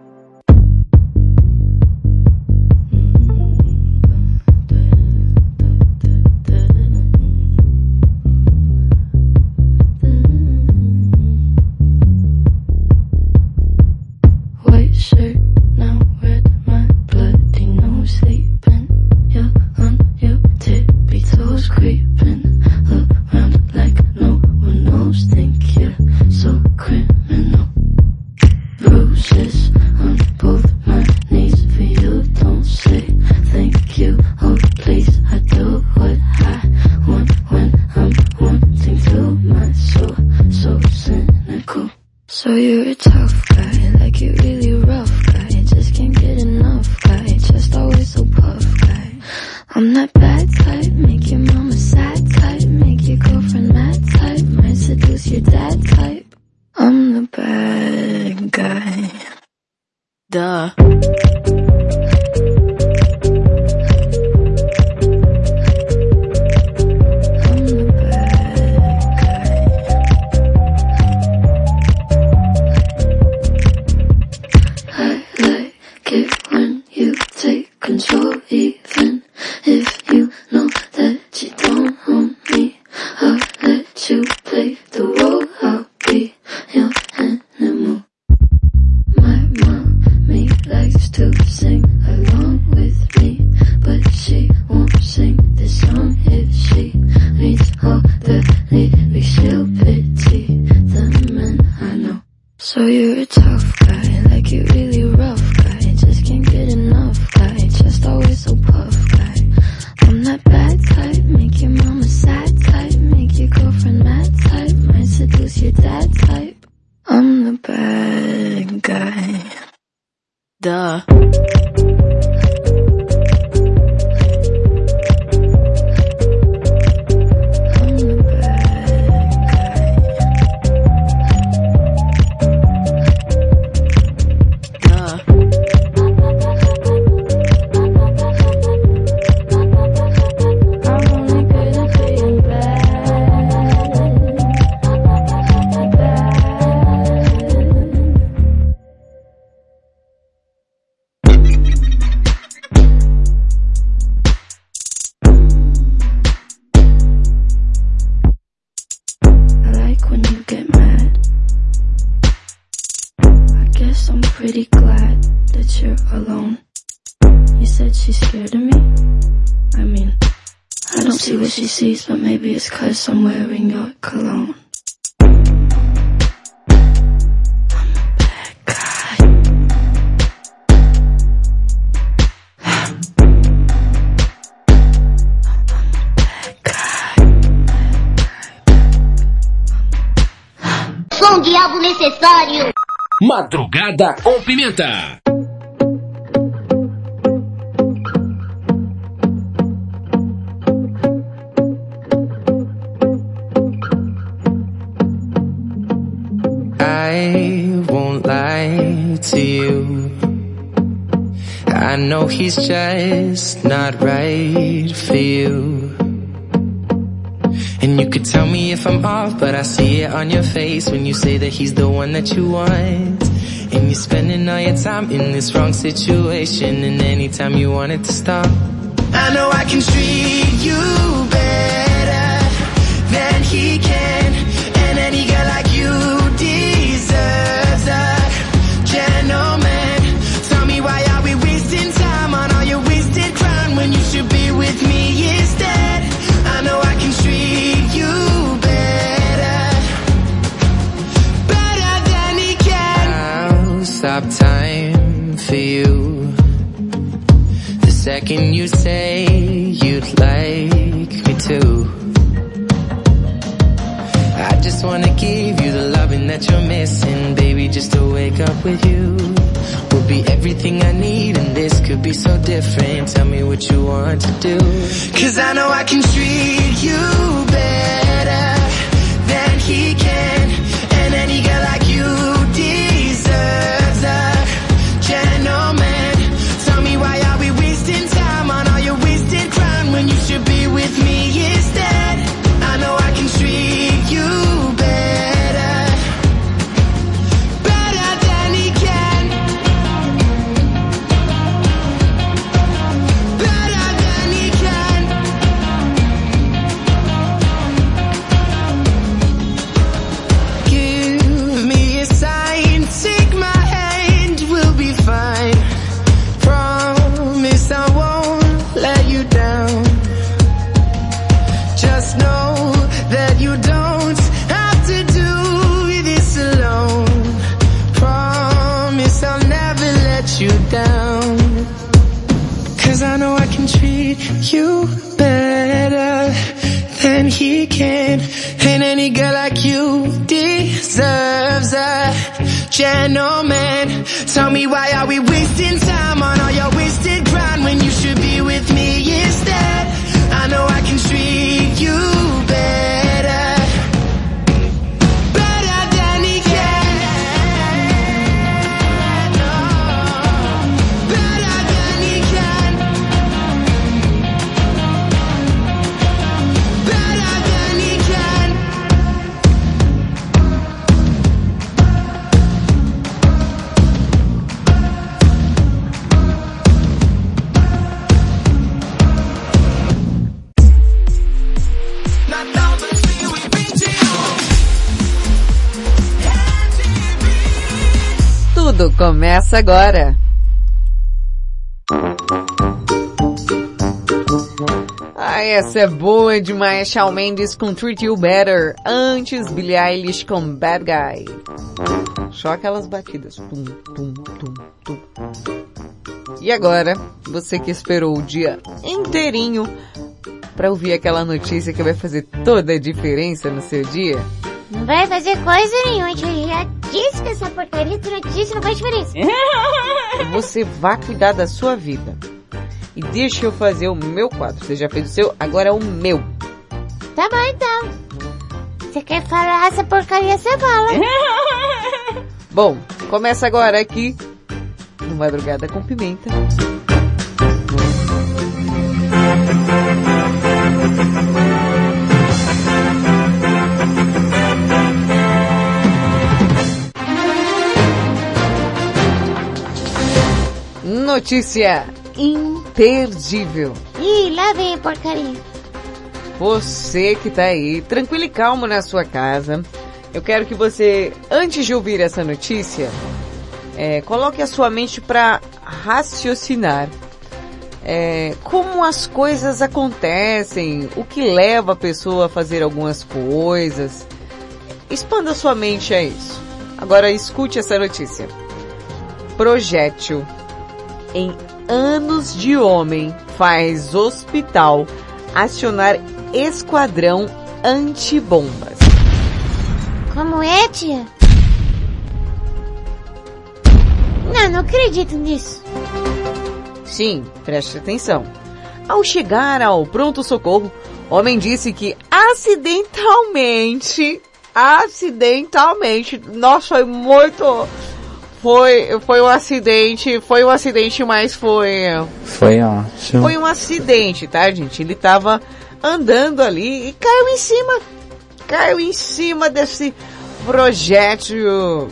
White shirt, now red, my bloody nose sleeping. You're on your tippy toes, creeping around like no one knows. Think you're so criminal. Bruises on both my knees for you. Don't say thank you, oh please. I do what I want when I'm wanting to. My soul so cynical. So you're a tough guy, like you really rough guy. Just can't get enough guy, just always so puff guy. I'm that bad type, make your mama sad type, make your girlfriend mad type, might seduce your dad type. I'm the bad guy. Duh. Control, even if you know that you don't own me. I'll let you play the role, I'll be your animal. My mommy likes to sing along with me, but she won't sing this song if she reads all the lyrics. She'll pity the men I know. So you're a tough guy, like you really rough guy, just can't get enough guy, just always so puff guy. I'm that bad type, make your mama sad type, make your girlfriend mad type, might seduce your dad type. I'm the bad guy. Duh. Pretty glad that you're alone. You said she's scared of me? I mean, I don't see what she sees, but maybe it's 'cause I'm wearing your cologne. I'm a bad guy. diabo necessário. Madrugada com Pimenta. I won't lie to you. I know he's just not right for you. And you could tell me if I'm off, but I see it on your face when you say that he's the one that you want. And you're spending all your time in this wrong situation, and anytime you want it to stop. I know I can treat you better than he can, and any girl like you deserves a gentleman. Tell me why are we wasting time on all your wasted crime when you should be with me instead. I know I can treat you better, better than he can. I'll stop time for you the second you say you'd like me to. I just wanna give you the loving that you're missing, baby, just to wake up with you will be everything I need, and this could be so different. Tell me what you want to do, 'cause I know I can treat you better than he can, and any girl like you deserves a gentleman. Tell me why are we wasting time on all your wasted crime when you should be with me instead. I know I can treat you better, better than he can, better than he can. Give me a sign, take my hand, we'll be fine. Promise I won't let you down. Just know that you don't have to do this alone. Promise I'll never let you down. 'Cause I know I can treat you better than he can, and any girl like you deserves a gentleman. Tell me why are we wasting time on all your wasted grind when you should be with me instead. I know I can treat you better, better than he can, oh, better than he can, better than he can. Tudo começa agora. Ai, essa é boa demais. Shawn Mendes com Treat You Better. Antes, Billie Eilish com Bad Guy. Só aquelas batidas. Tum, tum, tum, tum. E agora, você que esperou o dia inteirinho pra ouvir aquela notícia que vai fazer toda a diferença no seu dia? Não vai fazer coisa nenhuma, eu já disse que essa porcaria de notícia não faz diferença. Você vai cuidar da sua vida. E deixa eu fazer o meu quadro. Você já fez o seu, agora é o meu. Tá bom então. Você quer falar essa porcaria, você fala. Bom, começa agora aqui no Madrugada com Pimenta. Notícia imperdível. Ih, lá vem a porcaria. Você que tá aí, tranquilo e calmo na sua casa, eu quero que você, antes de ouvir essa notícia, é, coloque a sua mente para raciocinar. É, como as coisas acontecem, o que leva a pessoa a fazer algumas coisas. Expanda sua mente a isso. Agora escute essa notícia. Projétil em anos de homem faz hospital acionar esquadrão antibombas. Como é, tia? Ah, não acredito nisso. Sim, preste atenção. Ao chegar ao pronto-socorro, o homem disse que acidentalmente, acidentalmente, nossa, foi muito, foi, foi um acidente, foi um acidente, mas foi... Foi ótimo. Foi um acidente, tá, gente? Ele tava andando ali e caiu em cima, caiu em cima desse projétil.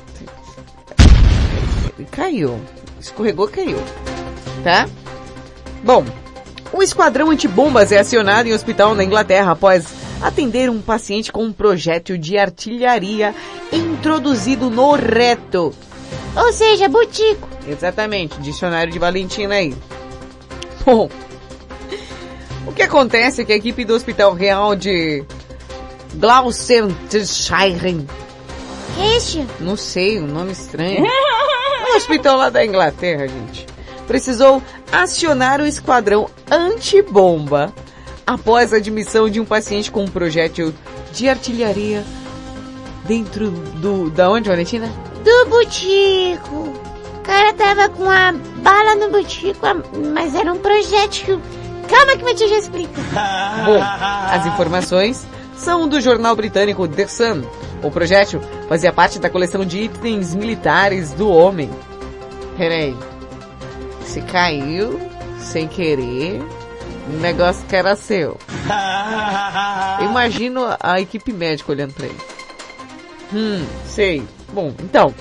Caiu, escorregou, caiu, tá? Bom, o esquadrão antibombas é acionado em um hospital na Inglaterra após atender um paciente com um projétil de artilharia introduzido no reto. Ou seja, butico. Exatamente, dicionário de Valentina aí. Bom, o que acontece é que a equipe do Hospital Real de Gloucestershire... Que isso? Não sei, um nome estranho. É um hospital lá da Inglaterra, gente. Precisou acionar o esquadrão antibomba após a admissão de um paciente com um projétil de artilharia dentro do... Da onde, Valentina? Do butico. O cara tava com a bala no butico, mas era um projétil. Calma que meu tio já explica. Bom, as informações são do jornal britânico The Sun. O projétil fazia parte da coleção de itens militares do homem. Peraí. Se caiu, sem querer, um negócio que era seu. Eu imagino a equipe médica olhando pra ele. Hum, sei. Bom, então.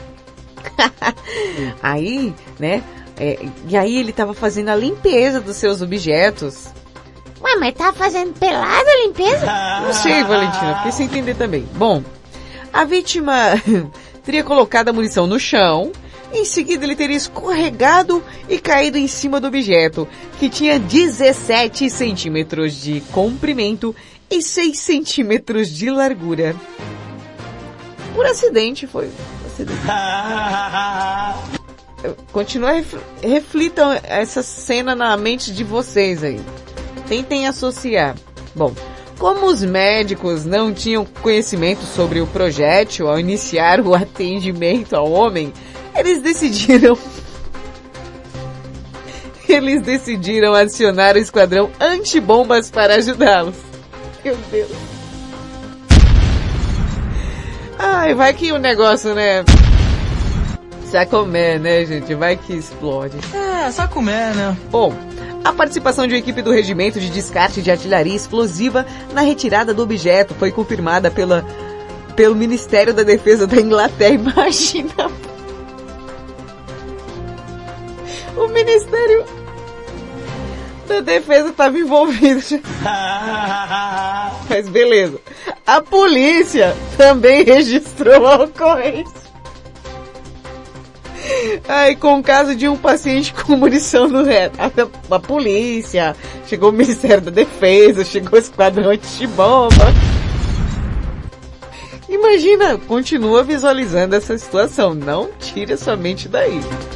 Aí, né, é, e aí ele tava fazendo a limpeza dos seus objetos. Ué, mas tá fazendo pelada a limpeza? Não sei, Valentina, fiquei sem entender também. Bom, a vítima teria colocado a munição no chão. Em seguida, ele teria escorregado e caído em cima do objeto, que tinha dezessete centímetros de comprimento e seis centímetros de largura. Por acidente, foi acidente. Continua, reflitam essa cena na mente de vocês aí. Tentem associar. Bom, como os médicos não tinham conhecimento sobre o projétil ao iniciar o atendimento ao homem, eles decidiram... Eles decidiram acionar o esquadrão antibombas para ajudá-los. Meu Deus. Ai, vai que o negócio, né? Sacomé, né, gente? Vai que explode. É, sacomé, né? Bom, a participação de uma equipe do Regimento de Descarte de Artilharia Explosiva na retirada do objeto foi confirmada pela, pelo Ministério da Defesa da Inglaterra. Imagina... O Ministério da Defesa estava envolvido. Mas beleza. A polícia também registrou a ocorrência. Aí, com o caso de um paciente com munição no reto. A, a polícia, chegou o Ministério da Defesa, chegou o esquadrão antibomba. Imagina, continua visualizando essa situação. Não tire a sua mente daí.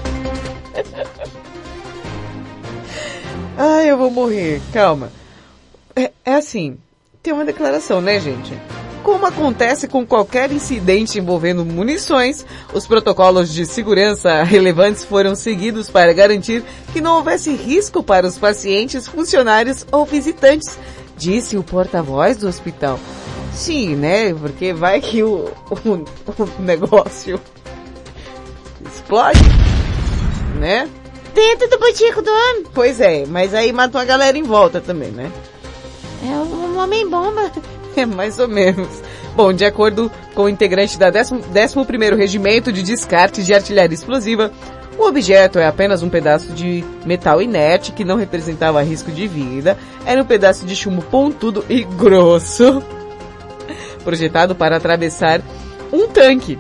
Ai, eu vou morrer. Calma. É, é assim, tem uma declaração, né, gente? Como acontece com qualquer incidente envolvendo munições, os protocolos de segurança relevantes foram seguidos para garantir que não houvesse risco para os pacientes, funcionários ou visitantes, disse o porta-voz do hospital. Sim, né? Porque vai que o, o, o negócio explode, né? Dentro do butico do homem. Pois é, mas aí matou a galera em volta também, né? É um homem-bomba. É, mais ou menos. Bom, de acordo com o integrante da décimo primeiro Regimento de Descarte de Artilharia Explosiva, o objeto é apenas um pedaço de metal inerte que não representava risco de vida. Era um pedaço de chumbo pontudo e grosso, projetado para atravessar um tanque.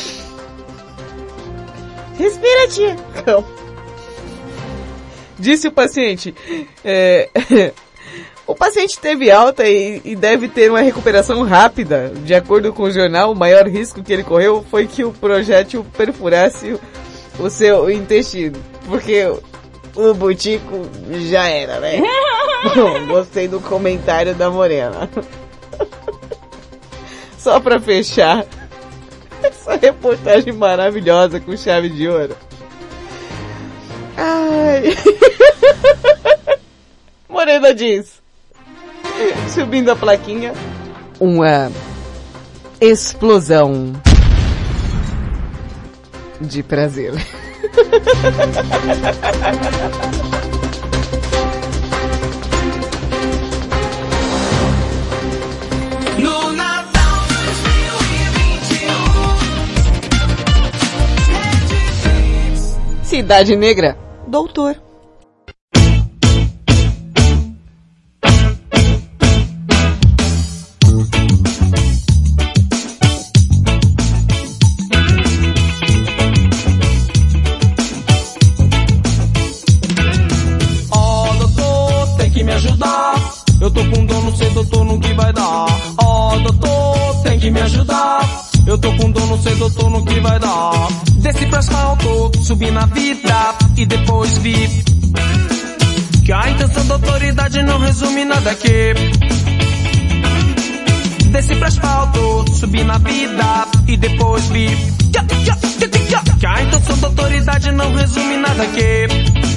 Respira, tia. Calma. Disse o paciente. É, o paciente teve alta e, e deve ter uma recuperação rápida. De acordo com o jornal, o maior risco que ele correu foi que o projétil perfurasse o, o seu intestino. Porque o, o butico já era, né? Bom, gostei do comentário da Morena. Só pra fechar essa reportagem maravilhosa com chave de ouro. Morena diz, subindo a plaquinha, uma explosão de prazer. No Natal dois mil e vinte e um. Cidade Negra, Doutor. Eu tô com dor, não sei, doutor, no que vai dar. Ó, oh, doutor, tem que me ajudar. Eu tô com dor, não sei, doutor, no que vai dar. Desci pro asfalto, subi na vida e depois vi que a intenção da autoridade não resume nada aqui. Desci pro asfalto, subi na vida e depois vi que a intenção da autoridade não resume nada aqui.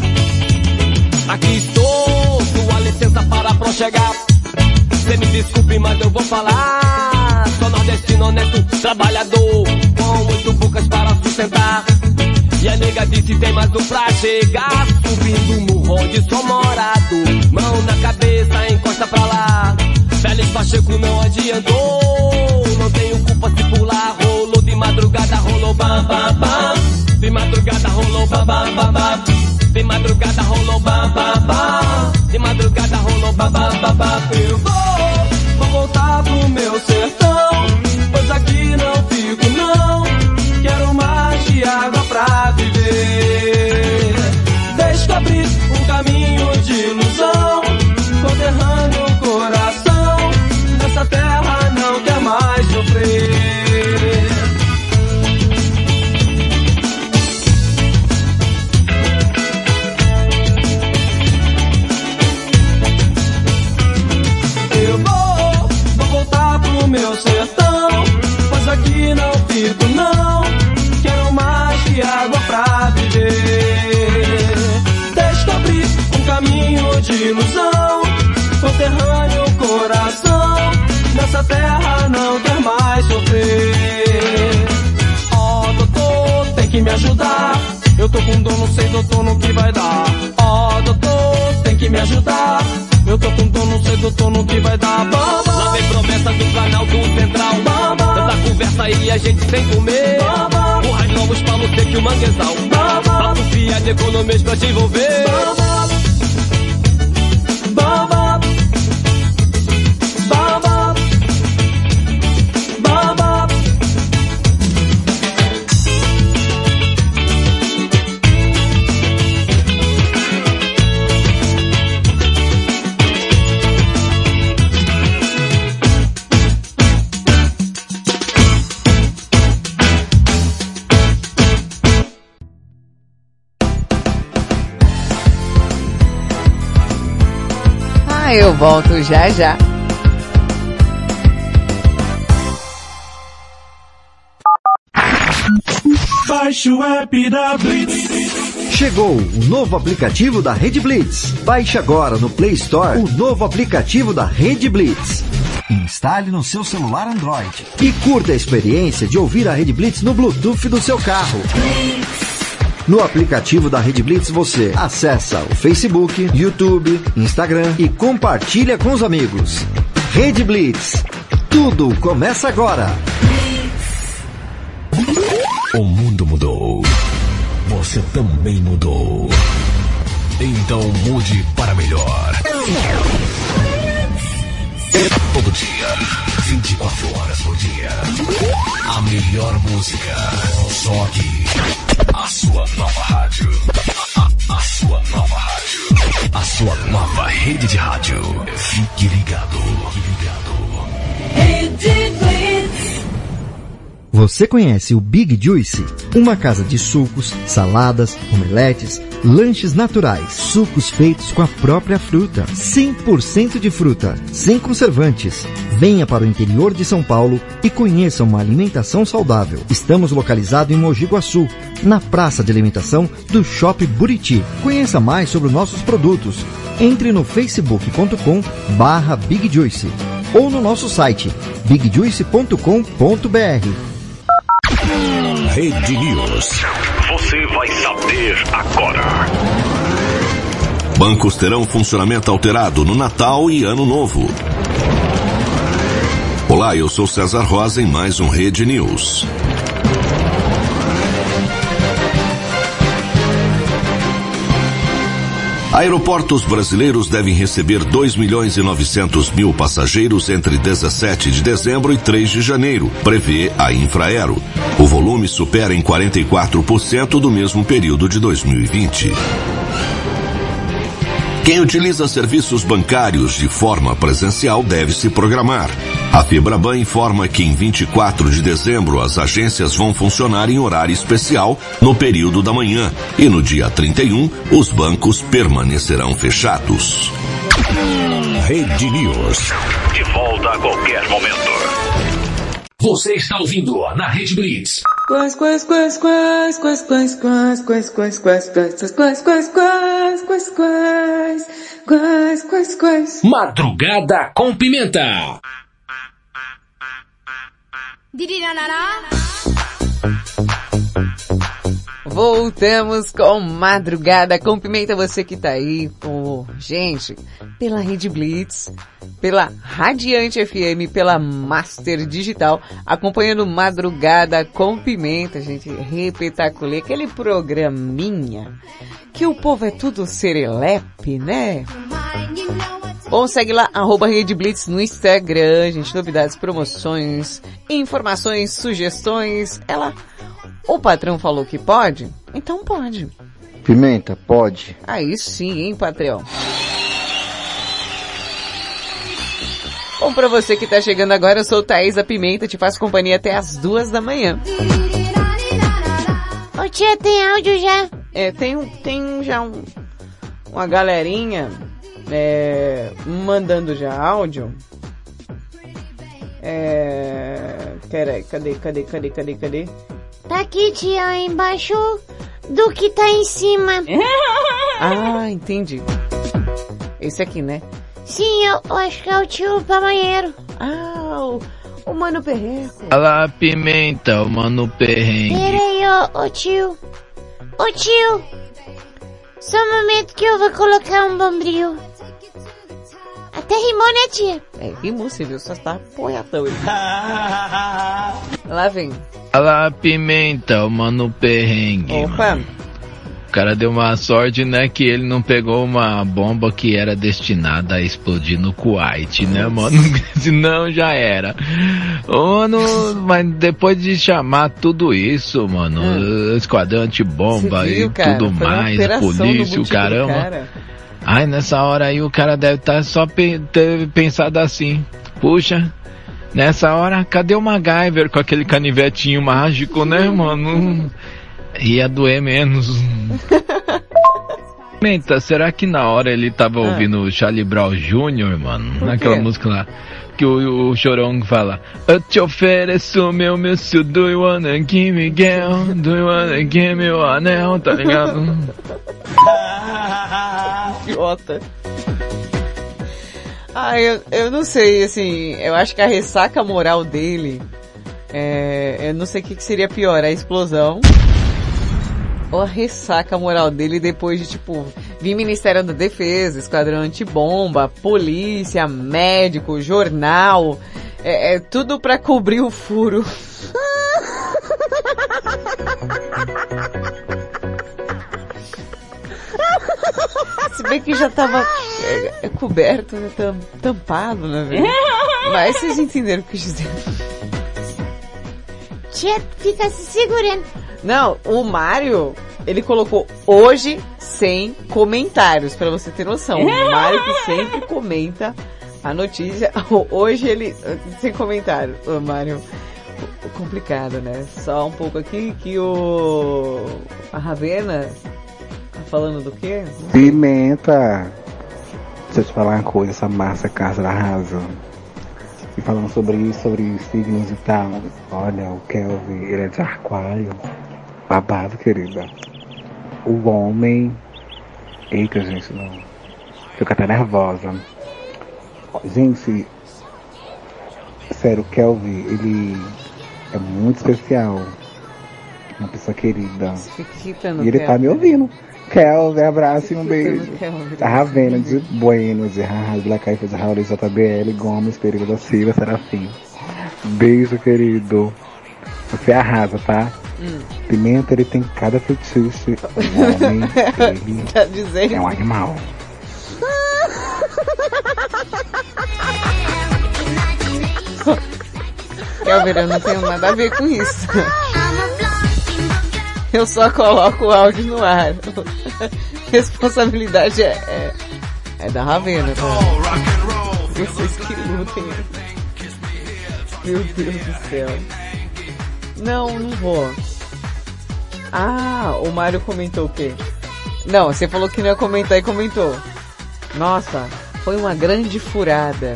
Aqui estou, sua licença para prochegar. Cê me desculpe, mas eu vou falar. Sou nordestino, honesto, trabalhador, com oito bocas para sustentar. E a nega disse tem mais um pra chegar. Subindo o morro onde sou morado, mão na cabeça, encosta pra lá. Félix Pacheco não adiantou, não tenho culpa se pular. Rolou de madrugada, rolou bam bam bam. De madrugada rolou bam bam bam bam. De madrugada rolou bam bam bam. De madrugada rolou bam bam bam bam. Eu vou, vou voltar pro meu sertão, pois aqui não fico não. Quero mais de água pra viver. Deixa eu abrir um caminho de ilusão, conterrando o coração. Nessa terra não quer mais sofrer. Meu sertão, pois aqui não fico não. Quero mais que água pra viver. Deixa eu abrir um caminho de ilusão, conterrâneo o coração. Nessa terra não quer mais sofrer. Ó, oh, doutor, tem que me ajudar. Eu tô com dor, não sei, doutor, no que vai dar. Ó, oh, doutor, tem que me ajudar. Eu tô com dor, não sei, doutor, no que vai dar. Baba. Lá vem promessa do Planalto Central. Baba. Tanta conversa e a gente sem comer. Baba. Porras novos pra você que o manguezal. Papo fiado de economias pra te envolver. Baba. Baba. Baba. Baba. Eu volto já já. Baixe o app da Blitz. Chegou o novo aplicativo da Rede Blitz. Baixe agora no Play Store o novo aplicativo da Rede Blitz. Instale no seu celular Android e curta a experiência de ouvir a Rede Blitz no Bluetooth do seu carro. No aplicativo da Rede Blitz você acessa o Facebook, YouTube, Instagram e compartilha com os amigos. Rede Blitz. Tudo começa agora. O mundo mudou. Você também mudou. Então mude para melhor. Todo dia, vinte e quatro horas por dia. A melhor música. Só aqui. A sua nova rádio. A, a, a sua nova rádio. A sua nova rede de rádio. Fique ligado. Fique ligado. Rede Blitz. Você conhece o Big Juicy? Uma casa de sucos, saladas, omeletes, lanches naturais, sucos feitos com a própria fruta, cem por cento de fruta, sem conservantes. Venha para o interior de São Paulo e conheça uma alimentação saudável. Estamos localizados em Mogi Guaçu, na praça de alimentação do Shopping Buriti. Conheça mais sobre os nossos produtos. Entre no facebook ponto com barra Big Juicy ou no nosso site big juicy ponto com ponto b r. Rede News. Você vai saber agora. Bancos terão funcionamento alterado no Natal e Ano Novo. Olá, eu sou César Rosa em mais um Rede News. Aeroportos brasileiros devem receber dois milhões e novecentos mil passageiros entre dezessete de dezembro e três de janeiro, prevê a Infraero. O volume supera em quarenta e quatro por cento do mesmo período de dois mil e vinte. Quem utiliza serviços bancários de forma presencial deve se programar. A Febraban informa que em vinte e quatro de dezembro as agências vão funcionar em horário especial no período da manhã e no dia trinta e um os bancos permanecerão fechados. Rede News. De volta a qualquer momento. Você está ouvindo na Rede Blitz. Quais, quais, quais, quais, quais, quais, quais, quais, quais, quais, quais, quais, quais, quais, quais, quais, quais, quais, quais. Madrugada com Pimenta. Voltamos com Madrugada com Pimenta. Você que tá aí, pô, gente, pela Rede Blitz, pela Radiante F M, pela Master Digital, acompanhando Madrugada com Pimenta, gente, repetaculê, aquele programinha que o povo é tudo serelepe, né? Bom, segue lá, arroba Rede Blitz no Instagram, gente, novidades, promoções, informações, sugestões, ela... O patrão falou que pode? Então pode. Pimenta, pode. Aí sim, hein, patrão? Bom, pra você que tá chegando agora, eu sou o Thaís da Pimenta, te faço companhia até as duas da manhã. Ô tia, tem áudio já? É, tem, tem já um, uma galerinha é, mandando já áudio. É... Peraí, cadê, cadê, cadê, cadê, cadê? Tá aqui, tia, embaixo do que tá em cima. Ah, entendi. Esse aqui, né? Sim, eu, eu acho que é o tio Pamanheiro. Ah, o, o Mano Perreco. Olha Pimenta, o Mano Perrengue. Peraí, ô, ô tio. Ô tio. Só um momento que eu vou colocar um bombril. Até rimou, né, tia? É, rimou, você viu? Só tá poetão. Lá vem. Olha Pimenta, o Mano Perrengue. Opa. Mano. O cara deu uma sorte, né, que ele não pegou uma bomba que era destinada a explodir no Kuwait, né, mano? Senão já era. Mano, mas depois de chamar tudo isso, mano, hum. esquadrão antibomba viu, e cara? Tudo Foi mais, polícia, o caramba. Cara. Ai, nessa hora aí o cara deve estar tá só pe- ter pensado assim, puxa, nessa hora, cadê o MacGyver com aquele canivetinho mágico, né, mano? Ia doer menos. Menta, será que na hora ele tava ah. ouvindo o Charlie Brown Júnior, mano? Naquela música lá, que o, o Chorão fala: eu te ofereço meu míssil, do you wanna give me girl? Do you wanna give me o anel? Tá ligado? Idiota. Ah, eu, eu não sei, assim, eu acho que a ressaca moral dele, é, eu não sei o que, que seria pior, a explosão ou a ressaca moral dele depois de, tipo, vir Ministério da Defesa, Esquadrão Antibomba, polícia, médico, jornal, é, é tudo pra cobrir o furo. Se bem que já tava é, é coberto, né, tam, tampado, né, velho? Mas vocês entenderam o que eu quis dizer. Tia, fica se segurando. Não, o Mário, ele colocou hoje sem comentários, pra você ter noção. O Mário que sempre comenta a notícia, hoje ele, sem comentário, o Mário complicado, né? Só um pouco aqui que o... a Ravena tá falando do quê? Pimenta. Deixa eu te falar uma coisa, essa Márcia Castro arrasa. E falando sobre isso, sobre signos e tal. Olha, o Kelvin, ele é de aquário. Babado, querida. O homem... Eita, gente, não. Fico até nervosa. Gente, sério, o Kelvin, ele é muito especial. Uma pessoa querida. E ele tá me ouvindo. Kelvin, abraço e um beijo. A Ravena de Bueno, de Haha, Black Eyed, de Raul, J B L, Gomes, Pereira da Silva, Serafim. Beijo, querido. Você arrasa, tá? Hum. Pimenta, ele tem cada fetiche. O homem, ele tá dizendo? É um animal. Kelvin, eu não tenho nada a ver com isso. Eu só coloco o áudio no ar. Responsabilidade é, é, é da Ravena, tá? Vocês que lutem. Meu Deus do céu. Não, não vou. Ah, o Mário comentou o quê? Não, você falou que não ia comentar e comentou. Nossa, foi uma grande furada.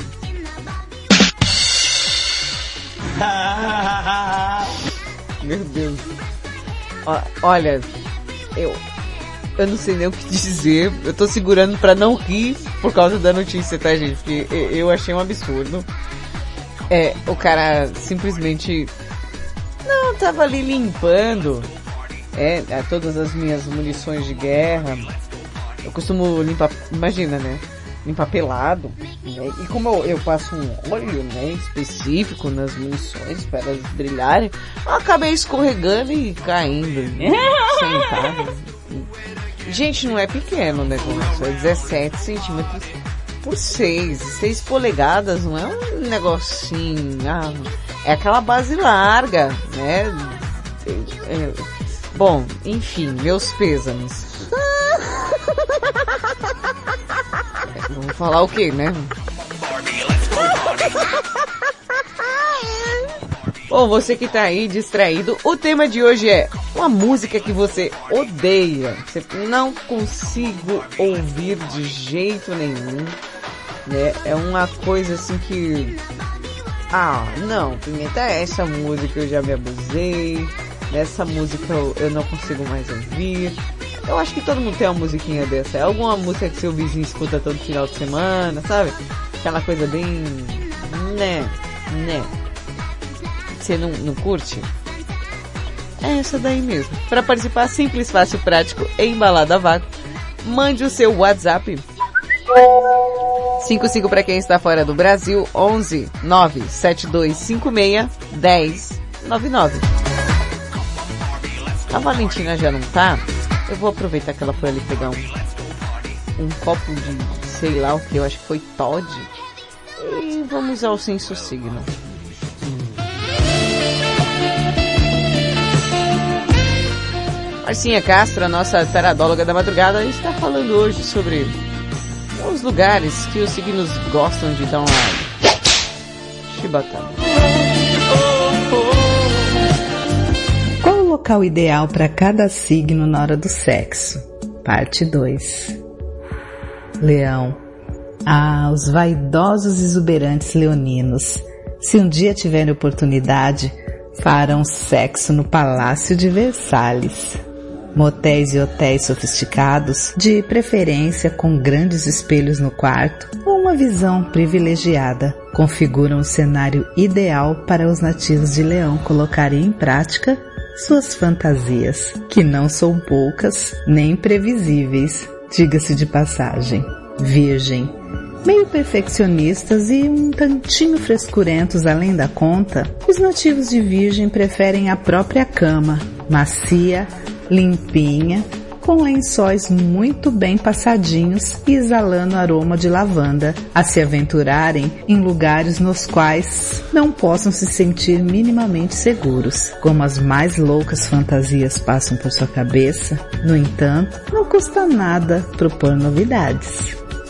Meu Deus. Olha, eu eu não sei nem o que dizer. Eu tô segurando pra não rir por causa da notícia, tá, gente? Porque eu achei um absurdo. É, o cara simplesmente não tava ali limpando é, todas as minhas munições de guerra. Eu costumo limpar, imagina, né? Limpar pelado, né? E como eu, eu passo um óleo, né, específico nas munições para elas brilharem, eu acabei escorregando e caindo, sentado. Gente, não é pequeno o negócio, é dezessete centímetros por seis, seis polegadas, não é um negocinho, ah, é aquela base larga, né? É, é, bom, enfim, meus pêsames. Vamos falar o quê, né? Bom, você que tá aí distraído, o tema de hoje é uma música que você odeia. Você não consigo ouvir de jeito nenhum, né? É uma coisa assim que... Ah, não, Pimenta, essa música eu já me abusei. Nessa música eu, eu não consigo mais ouvir. Eu acho que todo mundo tem uma musiquinha dessa. É alguma música que seu vizinho escuta todo final de semana, sabe? Aquela coisa bem... Né, né. Você não, não curte? É essa daí mesmo. Para participar, simples, fácil, prático e embalado a vácuo, mande o seu WhatsApp. cinco cinco para quem está fora do Brasil, onze nove sete dois cinco seis um zero nove nove. A Valentina já não tá? Eu vou aproveitar que ela foi ali pegar um, um copo de, sei lá o que, eu acho que foi Todd. E vamos ao senso signo. Marcinha Castro, a nossa taradóloga da madrugada, está falando hoje sobre os lugares que os signos gostam de dar uma chibatada. Qual o local ideal para cada signo na hora do sexo? Parte dois. Leão. Ah, os vaidosos e exuberantes leoninos. Se um dia tiverem oportunidade, farão sexo no Palácio de Versalhes. Motéis e hotéis sofisticados, de preferência com grandes espelhos no quarto ou uma visão privilegiada, configuram o cenário ideal para os nativos de Leão colocarem em prática suas fantasias, que não são poucas nem previsíveis, diga-se de passagem. Virgem. Meio perfeccionistas e um tantinho frescurentos além da conta, os nativos de Virgem preferem a própria cama, macia, limpinha, com lençóis muito bem passadinhos e exalando aroma de lavanda, a se aventurarem em lugares nos quais não possam se sentir minimamente seguros. Como as mais loucas fantasias passam por sua cabeça, no entanto, não custa nada propor novidades.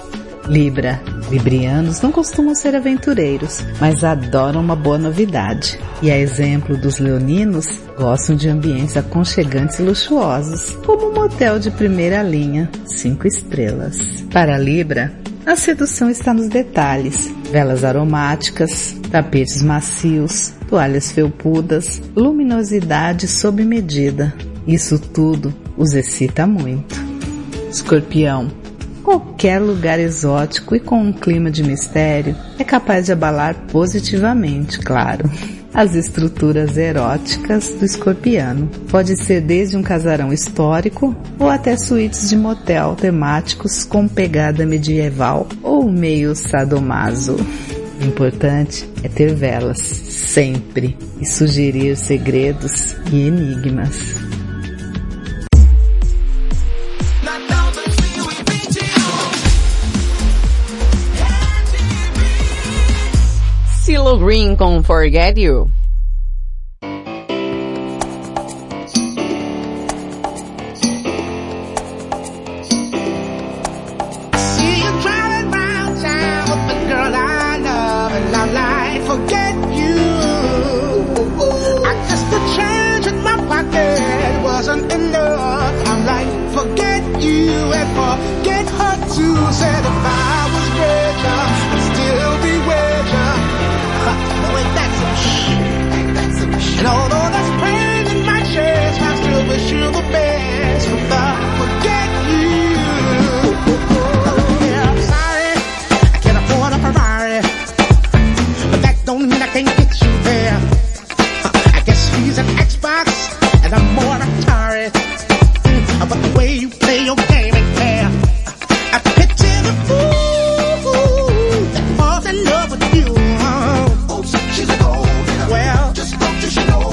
Libra. Librianos não costumam ser aventureiros, mas adoram uma boa novidade. E a exemplo dos leoninos, gostam de ambientes aconchegantes e luxuosos, como um motel de primeira linha, cinco estrelas. Para Libra, a sedução está nos detalhes. Velas aromáticas, tapetes macios, toalhas felpudas, luminosidade sob medida. Isso tudo os excita muito. Escorpião. Qualquer lugar exótico e com um clima de mistério é capaz de abalar positivamente, claro, as estruturas eróticas do escorpiano. Pode ser desde um casarão histórico ou até suítes de motel temáticos com pegada medieval ou meio sadomaso. O importante é ter velas, sempre, e sugerir segredos e enigmas. CeeLo Green com Forget You. And although there's pain in my chest, I still wish you the best. But I forget you. Yeah, I'm sorry, I can't afford a Ferrari, but that don't mean I can't get you there. I guess he's an Xbox and I'm more Atari. Mm, but the way you play your game ain't fair. I picture the fool that falls in love with you. Oh, she's a gold digger. Well, just don't you she know.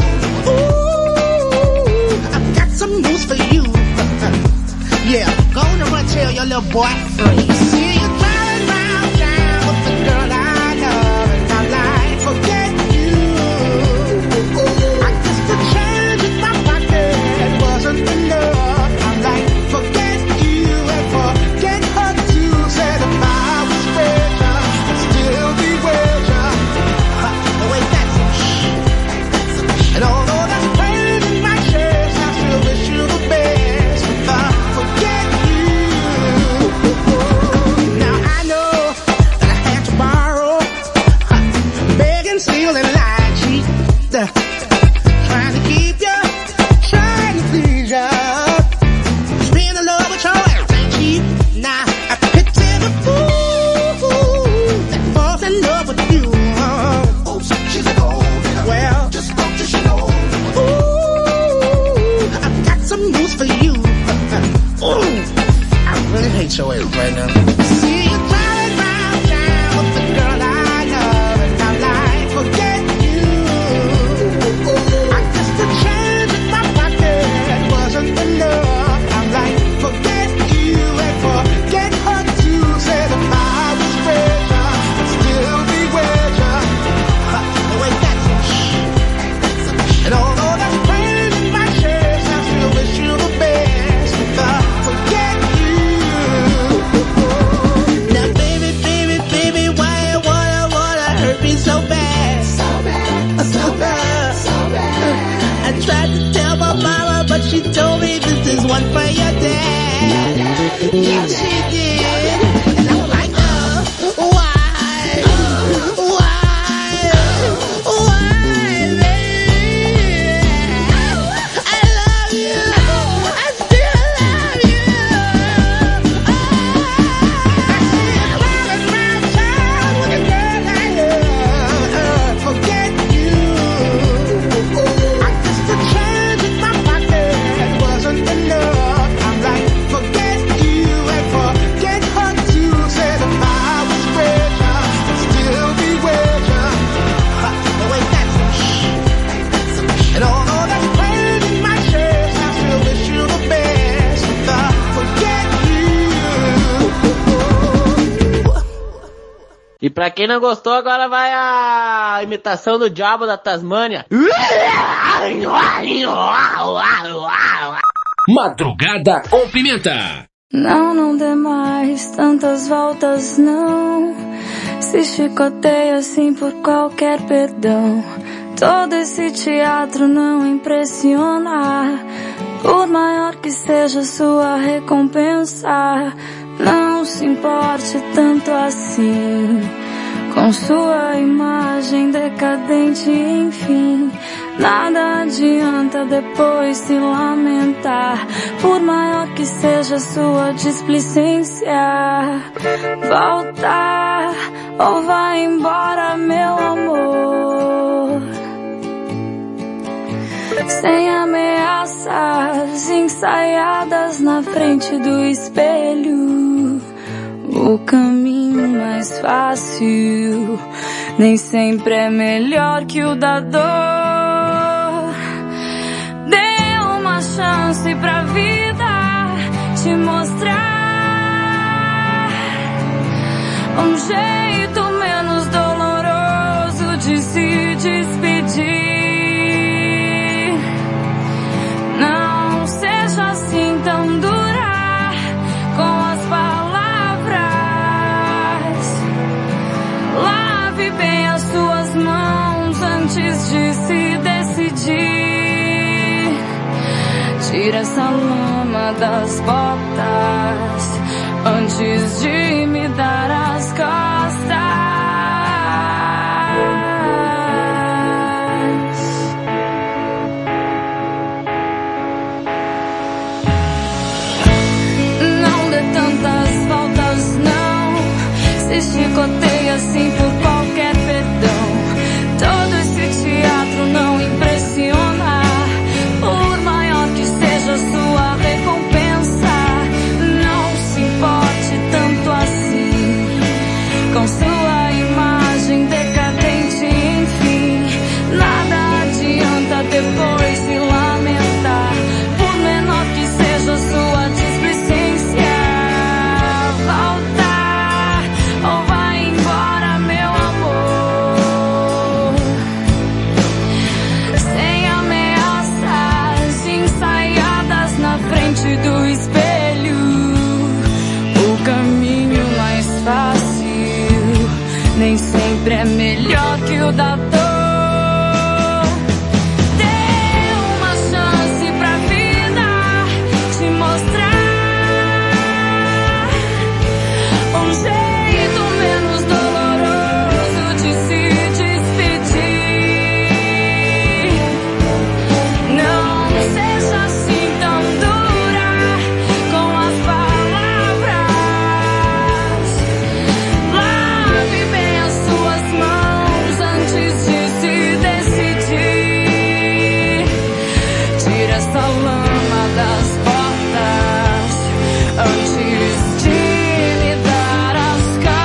Ooh, I've got some news for you. Yeah, go on and run tell your little boy free. See you driving round town with the girl I love, and I'm like, forget you. I guess the change in my pocket wasn't enough. I'm like, forget you and forget her too. Said if I was richer, I'd still be with ya. Oh wait, that's some shit. And although there's pain in my chest, I still wish you the best. If I forget you. Now I know that I had to borrow, beg and steal and lie, cheat, trying to keep you, trying to please you. Being in love with your ass ain't cheap. Now I picture the fool that falls in love with you. Oh, she's a gold digger. Well, just don't you she know. Ooh, I've got some news for you. Ooh, I really hate your ass right now. See you driving round town with the girl I love, and I'm like, forget you. I guess the change in my pocket wasn't enough. I'm like, forget you and forget her too. Said if I was richer, I'd still be with ya. Oh wait, that's some shit. And although there's pain in my chest, I still wish you the best. If I forget you. Now baby, baby, baby, why you wanna, wanna hurt me so bad? So bad, so bad, so bad. I tried to tell my mama, but she told me this is one for your dad. Yeah, she did. And I'm like, uh, why? Why? Why, baby? I love you. I still love you. I see you driving round town with a girl I love. Forget you. I guess the change in my pocket wasn't enough. I'm like, forget you and forget her too. Said if I was richer, I'd still be with ya. Oh wait, that's some shit. And although there's pain in my chest, I still wish you the best. If I forget you. E pra quem não gostou, agora vai a imitação do Diabo da Tasmânia. Madrugada com Pimenta. Não, não dê mais tantas voltas, não. Se chicoteia assim por qualquer perdão. Todo esse teatro não impressiona. Por maior que seja sua recompensa, não se importe tanto assim com sua imagem decadente, enfim. Nada adianta depois se lamentar. Por maior que seja sua displicência, volta ou vai embora, meu amor. Sem ameaças ensaiadas na frente do espelho. O caminho mais fácil nem sempre é melhor que o da dor. Dê uma chance pra vida te mostrar um jeito menos doloroso de se despedir. Não seja assim tão dura com as palavras. Lave bem as suas mãos antes de se decidir. Tira essa lama das botas antes de me dar as costas. Se chicoteia assim por qualquer perdão. Todo esse teatro não impressiona. Por maior que seja sua recompensa, não se importe tanto assim com sua imagem decadente, enfim. Nada adianta depois se lamentar. Por menor que seja sua displicência, volta ou vai embora, meu amor. Sem ameaças ensaiadas na frente do espelho. O caminho mais fácil nem sempre é melhor que o da dor. Dê uma chance pra vida te mostrar um jeito menos doloroso de se despedir. Não seja assim tão dura com as palavras. Lave bem as suas mãos antes de se decidir. Tira essa lama das botas antes de me dar as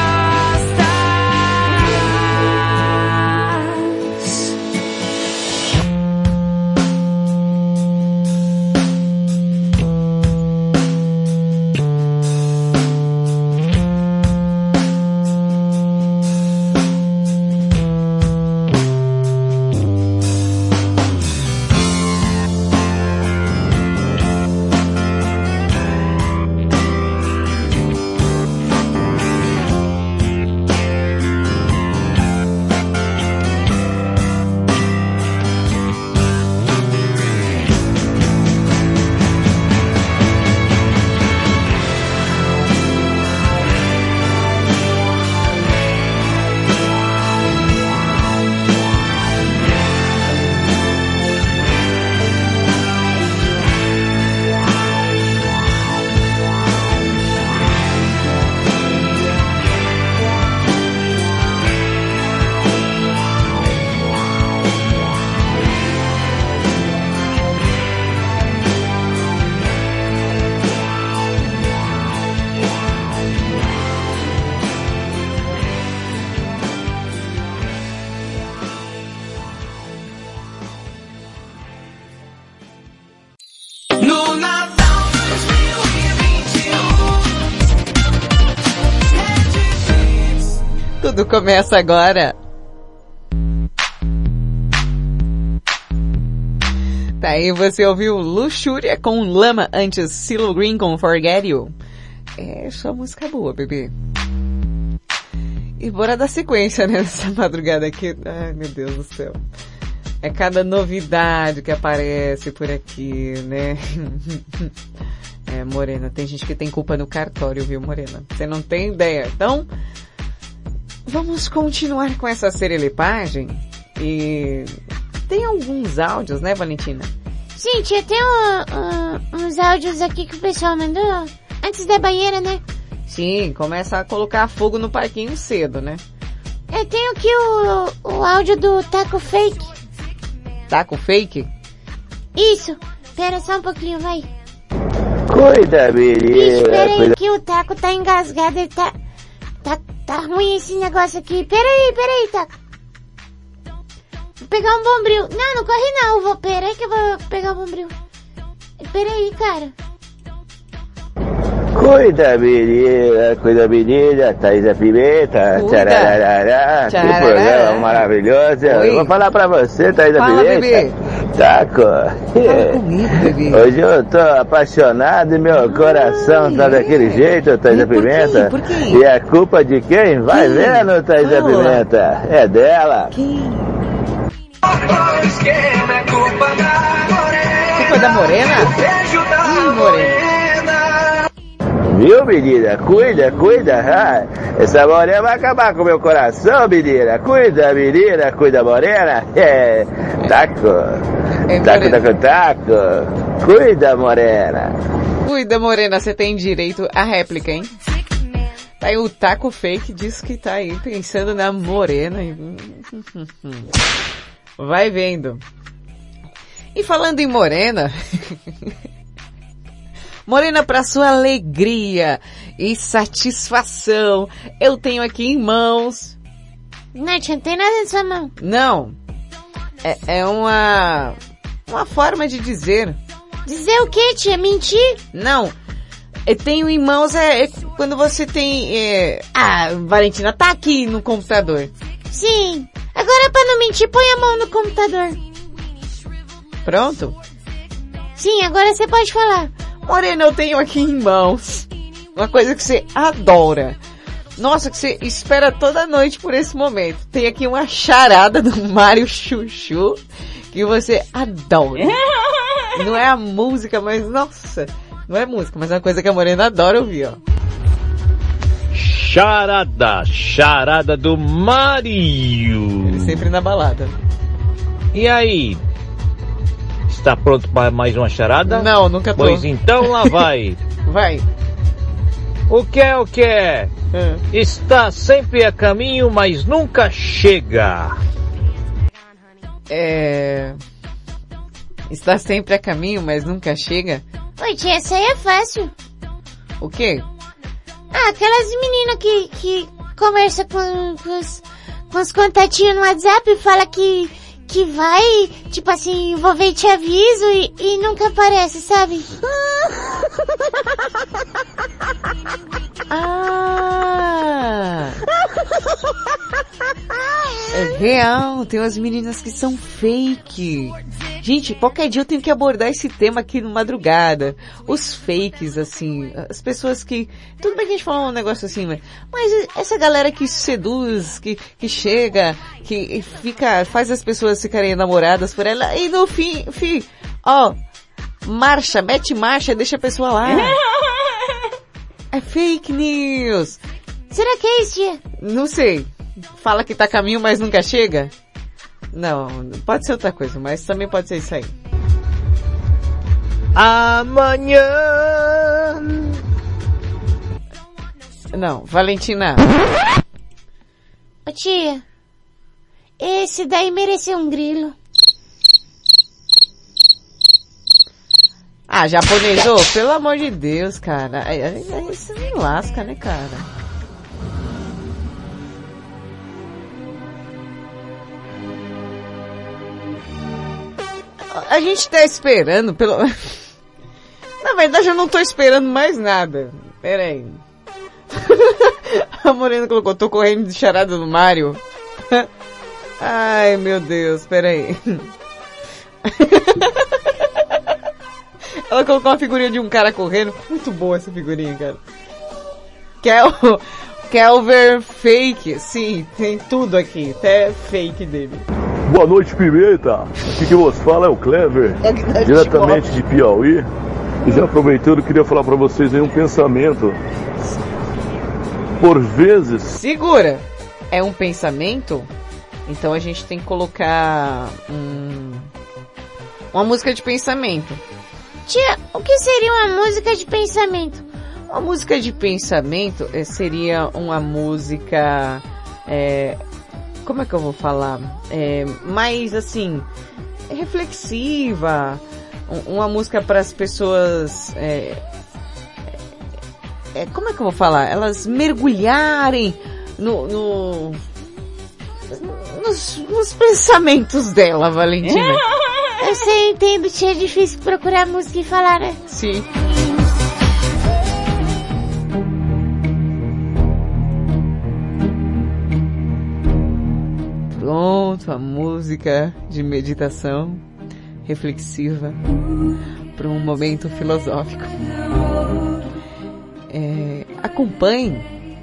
No Natal dois mil e vinte e um. Tudo começa agora. Tá aí, você ouviu Luxúria com Lama, antes Silo Green com Forget You. É só música boa, bebê. E bora dar sequência, né, nessa madrugada aqui. Ai, meu Deus do céu. É cada novidade que aparece por aqui, né? É, Morena, tem gente que tem culpa no cartório, viu, Morena? Você não tem ideia. Então, vamos continuar com essa serelepagem. E tem alguns áudios, né, Valentina? Sim, tinha até um, um, uns áudios aqui que o pessoal mandou antes da banheira, né? Sim, começa a colocar fogo no parquinho cedo, né? Eu tenho aqui o, o áudio do Taco Fake. Taco Fake? Isso. Pera só um pouquinho, vai. Cuida, menina. Espera aí Cuida. que o Taco tá engasgado, ele tá... Tá, tá ruim esse negócio aqui. Pera aí, pera aí, Taco. Vou pegar um bombril. Não, não corre não. Vou, pera aí que eu vou pegar o bombril. Pera aí, cara. Cuida, menina, cuida, menina, Thaís da Pimenta, tcharararará, que programa maravilhoso. Oi. Eu vou falar pra você, Thaís da Fala, Pimenta. bebê. Taco. Fala comigo, bebê. Hoje eu tô apaixonado e meu coração tá daquele jeito, Thaís da Pimenta. Por quê? E é culpa de quem? Vai Quem? vendo, Thaís da Fala. Pimenta. É dela. Culpa da Morena? Ih, Morena. Viu, menina? Cuida, cuida. Ah, essa morena vai acabar com o meu coração, menina. Cuida, menina. Cuida, morena. É. Taco. É, taco, Morena. taco, taco. Cuida, morena. Cuida, Morena, você tem direito à réplica, hein? Tá aí o Taco Fake, diz que tá aí pensando na Morena. Vai vendo. E falando em Morena... Morena, para sua alegria e satisfação, eu tenho aqui em mãos... Não, não tem nada na sua mão. Não. É, é uma... Uma forma de dizer. Dizer o quê, tia? Mentir? Não. Eu tenho em mãos é, é quando você tem... É... Ah, Valentina, tá aqui no computador. Sim. Agora, pra não mentir, põe a mão no computador. Pronto? Sim, agora você pode falar. Morena, eu tenho aqui em mãos uma coisa que você adora. Nossa, que você espera toda noite por esse momento. Tem aqui uma charada do Mário Chuchu que você adora. Não é a música, mas nossa, não é música, mas é uma coisa que a Morena adora ouvir, ó. Charada, charada do Mário. Ele sempre na balada. E aí? Está pronto para mais uma charada? Não, nunca tô. Pois então lá vai. Vai. O que é o que é? Hum. Está sempre a caminho, mas nunca chega. É... Está sempre a caminho, mas nunca chega? Oi, tia, essa aí é fácil. O quê? Ah, aquelas meninas que, que conversam com, com, os, com os contatinhos no WhatsApp e fala que, que vai, tipo assim, vou ver e te aviso e, e nunca aparece, sabe? Ah! É real, tem umas meninas que são fake. Gente, qualquer dia eu tenho que abordar esse tema aqui no Madrugada. Os fakes, assim, as pessoas que... Tudo bem que a gente fala um negócio assim, mas, mas essa galera que seduz, que, que chega, que fica, faz as pessoas ficarem enamoradas por ela, e no fim, fim, ó, marcha, mete marcha, deixa a pessoa lá. É fake news. Será que é isso, tia? Não sei. Fala que tá a caminho, mas nunca chega? Não, pode ser outra coisa, mas também pode ser isso aí. Amanhã. Não, Valentina. Ô tia, esse daí mereceu um grilo. Ah, japonesou? Pelo amor de Deus, cara. Aí, aí, aí você me lasca, né, cara? A gente tá esperando pelo... Na verdade eu não tô esperando mais nada. Pera aí. A Morena colocou, tô correndo de charada do Mário. Ai, meu Deus, pera aí. Ela colocou uma figurinha de um cara correndo. Muito boa essa figurinha, cara. Kel, Kelver Fake, sim, tem tudo aqui, até fake dele. Boa noite, Pimenta. Aqui que vos fala é o Clever, diretamente de Piauí. E já aproveitando, queria falar pra vocês aí um pensamento. Por vezes... Segura! É um pensamento? Então a gente tem que colocar um, uma música de pensamento. Tia, o que seria uma música de pensamento? Uma música de pensamento é, seria uma música... É, como é que eu vou falar? É, mais assim, reflexiva. Uma música para as pessoas... É, é, como é que eu vou falar? Elas mergulharem no... no Nos, nos pensamentos dela, Valentina. Eu sei, entendo, tia, é difícil procurar música e falar, né? Sim. Pronto, a música de meditação reflexiva para um momento filosófico. É, acompanhe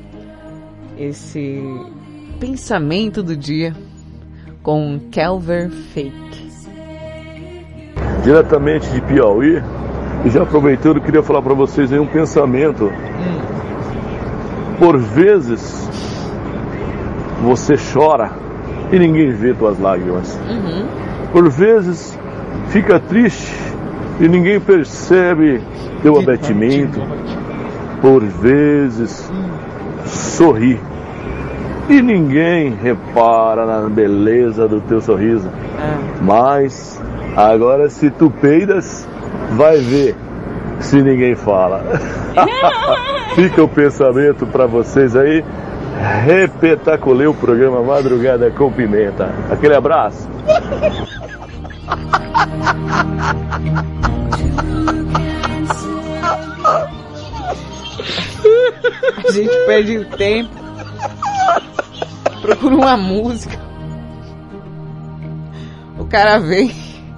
esse pensamento do dia com Kelver Fake. Diretamente de Piauí. E já aproveitando, queria falar para vocês aí um pensamento. Hum. Por vezes você chora e ninguém vê tuas lágrimas. Uhum. Por vezes fica triste e ninguém percebe teu abatimento. Por vezes sorri e ninguém repara na beleza do teu sorriso. É. Mas agora se tu peidas, vai ver se ninguém fala. Fica o pensamento para vocês aí. Repetaculei o programa Madrugada com Pimenta. Aquele abraço. A gente perde o tempo. Procura uma música. O cara vem.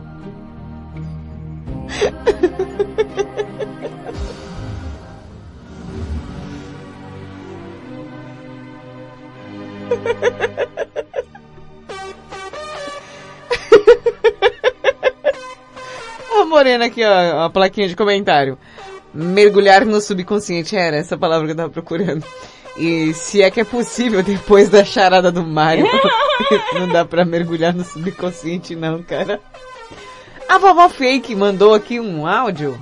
A Morena aqui, ó, a plaquinha de comentário. Mergulhar no subconsciente, era essa palavra que eu tava procurando. E se é que é possível depois da charada do Mario, não dá pra mergulhar no subconsciente não, cara. A vovó Fake mandou aqui um áudio.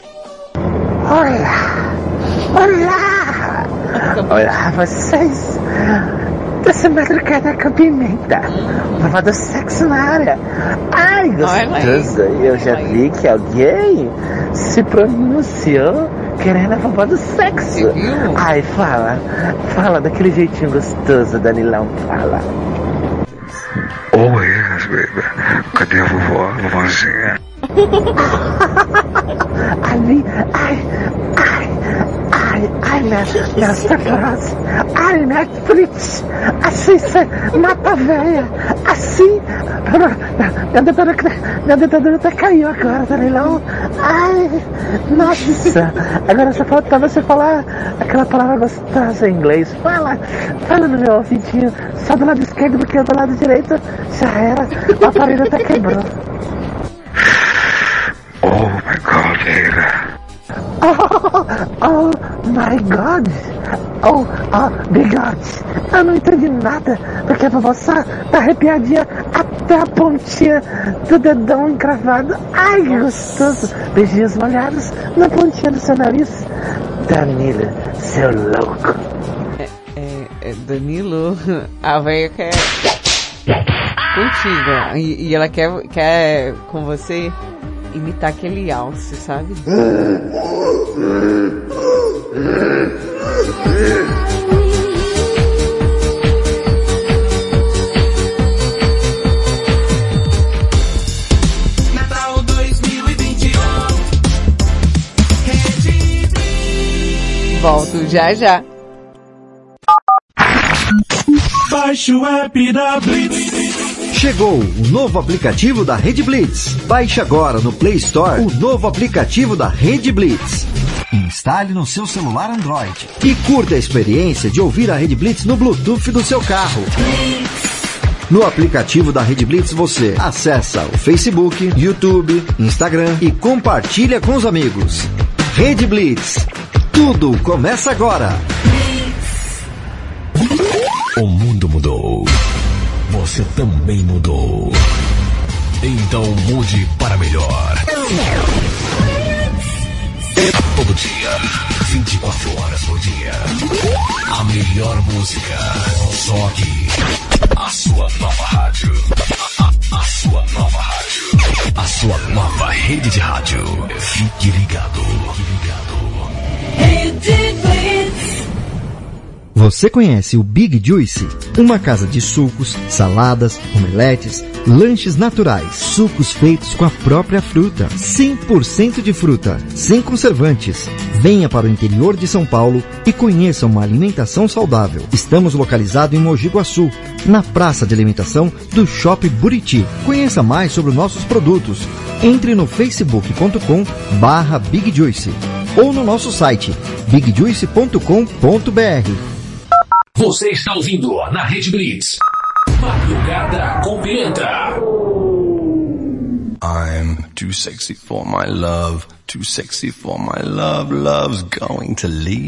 Olá! Olá! Olá, vocês! Dessa Madrugada com Pimenta. Vovó do sexo na área. Ai, gostoso. Eu já vi que alguém se pronunciou querendo a vovó do sexo. Ai, fala. Fala daquele jeitinho gostoso, Danilão. Fala. Oh, yes, baby. Cadê a vovó, vovózinha? Ali, ai, ai, ai, ai, Netflix, ai, Netflix, assim você mata a véia, assim, minha dentadura, minha dentadura até caiu agora, tá legal? Ai, nossa, agora só faltava você falar aquela palavra gostosa em inglês, fala, fala no meu ouvidinho, só do lado esquerdo, porque do lado direito já era, o aparelho até quebrou. Oh my God, Leila. Oh, oh my God. Oh, oh, bigode. Eu não entendi nada, porque a vovó só tá arrepiadinha até a pontinha do dedão encravado. Ai, que gostoso. Beijinhos molhados na pontinha do seu nariz. Danilo, seu louco. É, é, é Danilo, a velha quer contigo, e, e ela quer, quer com você imitar aquele alce, sabe? Natal dois mil e vinte e um. Rede Blitz. Volto já já. Baixe o app da Blitz. Chegou o novo aplicativo da Rede Blitz. Baixe agora no Play Store o novo aplicativo da Rede Blitz. Instale no seu celular Android e curta a experiência de ouvir a Rede Blitz no Bluetooth do seu carro. No aplicativo da Rede Blitz você acessa o Facebook, YouTube, Instagram e compartilha com os amigos. Rede Blitz. Tudo começa agora. O mundo mudou. Você também mudou. Então mude para melhor. Todo dia, vinte e quatro horas por dia. A melhor música. Só aqui. A sua nova rádio. A, a, a sua nova rádio. A sua nova rede de rádio. Fique ligado. Rede Blitz. Você conhece o Big Juicy? Uma casa de sucos, saladas, omeletes, lanches naturais, sucos feitos com a própria fruta, cem por cento de fruta, sem conservantes. Venha para o interior de São Paulo e conheça uma alimentação saudável. Estamos localizados em Mogi Guaçu, na praça de alimentação do Shopping Buriti. Conheça mais sobre nossos produtos. Entre no facebook ponto com barra Big Juicy ou no nosso site big juicy ponto com ponto b r. Você está ouvindo na Rede Blitz. Madrugada com Pimenta. I'm too sexy for my love, too sexy for my love, love's going to leave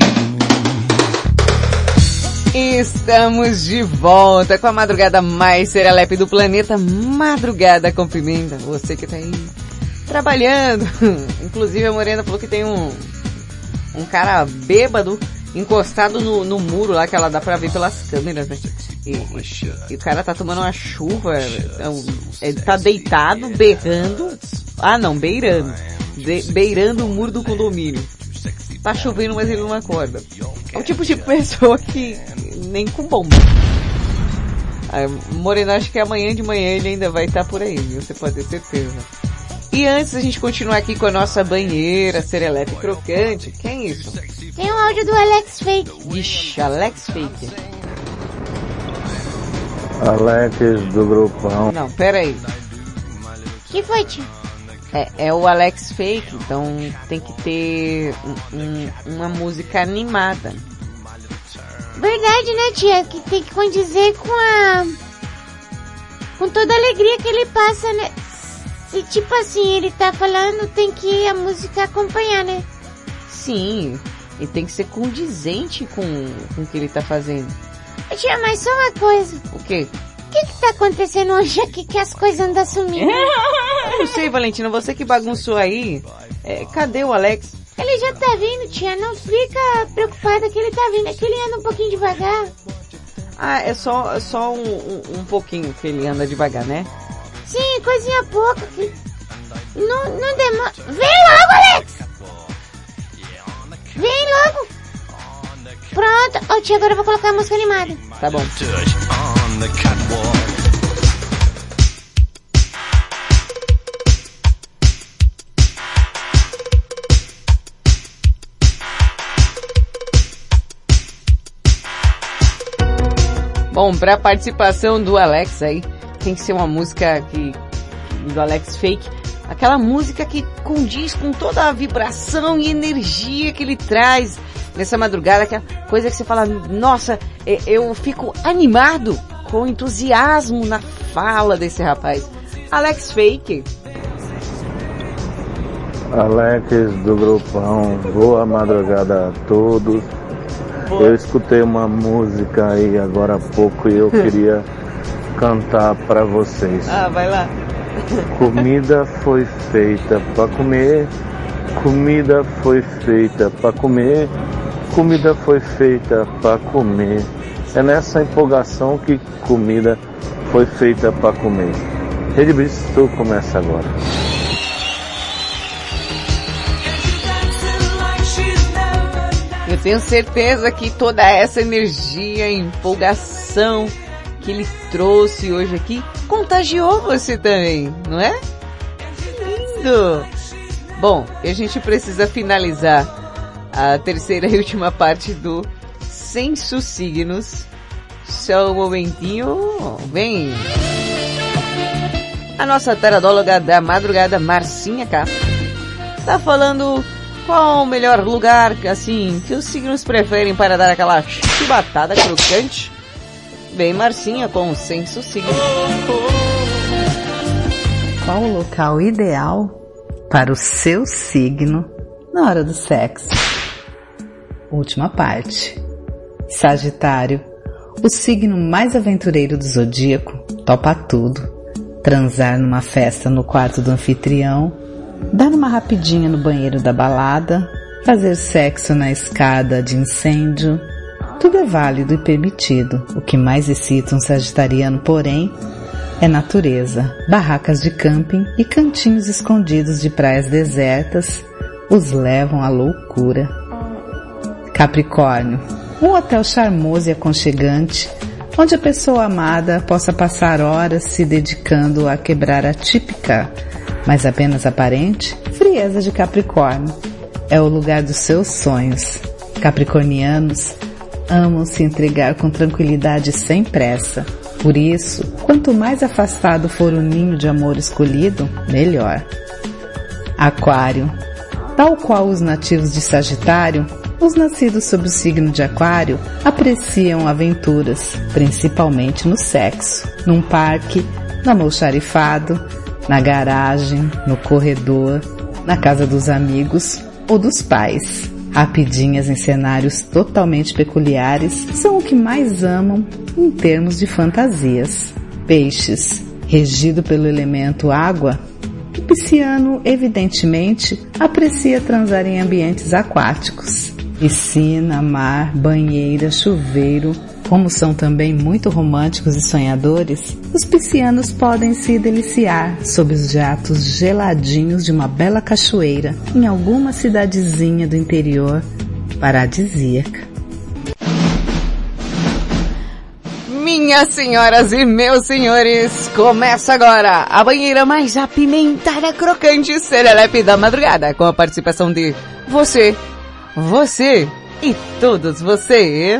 me. Estamos de volta com a madrugada mais serelepe do planeta, Madrugada com Pimenta. Você que tá aí trabalhando. Inclusive a Morena falou que tem um, um cara bêbado encostado no, no muro lá, que ela dá pra ver pelas câmeras, né? E, e, e o cara tá tomando uma chuva, ele tá deitado, berrando, ah não, beirando, de, beirando o muro do condomínio. Tá chovendo, mas ele não acorda. É o tipo de pessoa que nem com bomba. Ah, Morena, acho que amanhã de manhã ele ainda vai estar por aí, viu? Você pode ter certeza. E antes a gente continuar aqui com a nossa banheira serelepe crocante, quem é isso? Tem um áudio do Alex Fake. Vixe, Alex Fake. Alex do grupão. Não, pera aí. Que foi, tio? É, é o Alex Fake, então tem que ter um, um, uma música animada. Verdade, né, tia? Que tem que condizer com a... com toda a alegria que ele passa, né? Se tipo assim, ele tá falando, tem que a música acompanhar, né? Sim, e tem que ser condizente com, com o que ele tá fazendo. Tia, mas só uma coisa. O quê? O que que tá acontecendo hoje aqui que as coisas andam sumindo? Eu não sei, Valentina, você que bagunçou aí. É, cadê o Alex? Ele já tá vindo, tia, não fica preocupada que ele tá vindo, é que ele anda um pouquinho devagar. Ah, é só, é só um, um, um pouquinho que ele anda devagar, né? Sim, coisinha pouca. Que... Não, não demora. Vem logo, Alex! Vem logo! Pronto. Ó, oh, tia, agora eu vou colocar a música animada. Tá bom. Bom, pra participação do Alex aí, tem que ser uma música que, do Alex Fake, aquela música que condiz com toda a vibração e energia que ele traz nessa madrugada, aquela coisa que você fala, nossa, eu fico animado com entusiasmo na fala desse rapaz. Alex Fake. Alex do grupão, boa madrugada a todos. Eu escutei uma música aí agora há pouco e eu queria cantar pra vocês. Ah, vai lá. Comida foi feita pra comer, comida foi feita pra comer, comida foi feita pra comer. É nessa empolgação que comida foi feita pra comer. Rede Blitz, tudo começa agora. Eu tenho certeza que toda essa energia, empolgação que ele trouxe hoje aqui contagiou você também, não é? Lindo! Bom, e a gente precisa finalizar a terceira e última parte do Censo Signos. Só um momentinho, vem! A nossa taradóloga da madrugada, Marcinha K, tá falando Qual o melhor lugar, assim, que os signos preferem para dar aquela chibatada crocante? Bem, Marcinha, com o senso signo. Qual o local ideal para o seu signo na hora do sexo? Última parte. Sagitário, o signo mais aventureiro do zodíaco, topa tudo. Transar numa festa no quarto do anfitrião, dar uma rapidinha no banheiro da balada, fazer sexo na escada de incêndio. Tudo é válido e permitido. O que mais excita um sagitariano, porém, é natureza, barracas de camping e cantinhos escondidos de praias desertas os levam à loucura. Capricórnio, um hotel charmoso e aconchegante, onde a pessoa amada possa passar horas se dedicando a quebrar a típica, mas apenas aparente, frieza de Capricórnio. É o lugar dos seus sonhos. Capricornianos amam se entregar com tranquilidade sem pressa. Por isso, quanto mais afastado for o ninho de amor escolhido, melhor. Aquário. Tal qual os nativos de Sagitário, os nascidos sob o signo de Aquário apreciam aventuras, principalmente no sexo, num parque, no almoxarifado, na garagem, no corredor, na casa dos amigos ou dos pais. Rapidinhas em cenários totalmente peculiares são o que mais amam em termos de fantasias. Peixes, regido pelo elemento água, o pisciano evidentemente aprecia transar em ambientes aquáticos. Piscina, mar, banheira, chuveiro. Como são também muito românticos e sonhadores, os piscianos podem se deliciar sob os jatos geladinhos de uma bela cachoeira em alguma cidadezinha do interior paradisíaca. Minhas senhoras e meus senhores, começa agora a banheira mais apimentada, crocante, serelepe da madrugada, com a participação de você, você e todos você.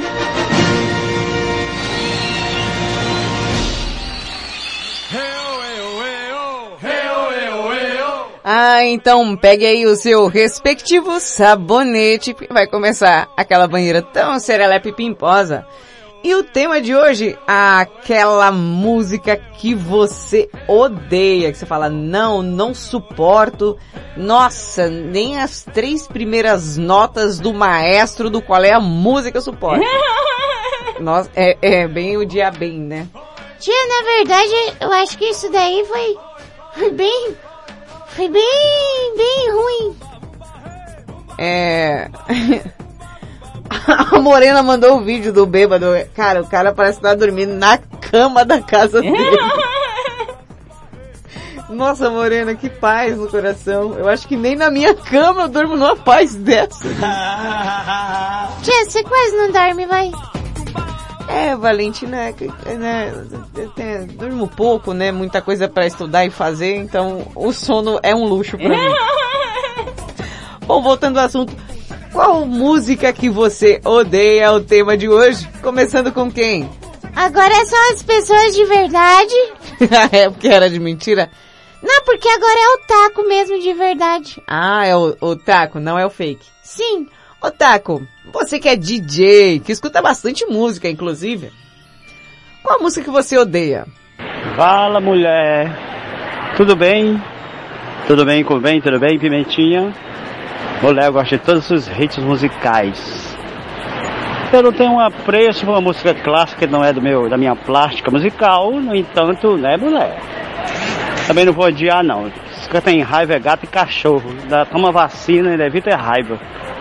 Ah, então pegue aí o seu respectivo sabonete, porque vai começar aquela banheira tão serelepe pimposa. E o tema de hoje, aquela música que você odeia, que você fala, não, não suporto, nossa, nem as três primeiras notas do maestro do qual é a música eu suporto. Nossa, é, é bem o dia bem, né? Tia, na verdade, eu acho que isso daí foi, foi bem... Foi bem, bem ruim. É... A Morena mandou o vídeo do bêbado. Cara, o cara parece estar dormindo na cama da casa dele. Nossa, Morena, que paz no coração. Eu acho que nem na minha cama eu durmo numa paz dessa. Tia, você quase não dorme, vai. É, Valente, né, né, durmo pouco, né, muita coisa pra estudar e fazer, então o sono é um luxo pra mim. Bom, voltando ao assunto, qual música que você odeia é o tema de hoje? Começando com quem? Agora são as pessoas de verdade. É porque era de mentira? Não, porque agora é o taco mesmo de verdade. Ah, é o, o taco, não é o fake. Sim. Ô Taco, você que é D J, que escuta bastante música, inclusive, qual a música que você odeia? Fala, mulher. Tudo bem? Tudo bem com bem? Tudo bem, Pimentinha? Mulher, eu gosto de todos os ritmos musicais. Eu não tenho um apreço por uma música clássica que não é do meu, da minha plástica musical, no entanto, né, mulher? Também não vou odiar, não. Se tem raiva é gato e cachorro. Dá, toma vacina e evita raiva.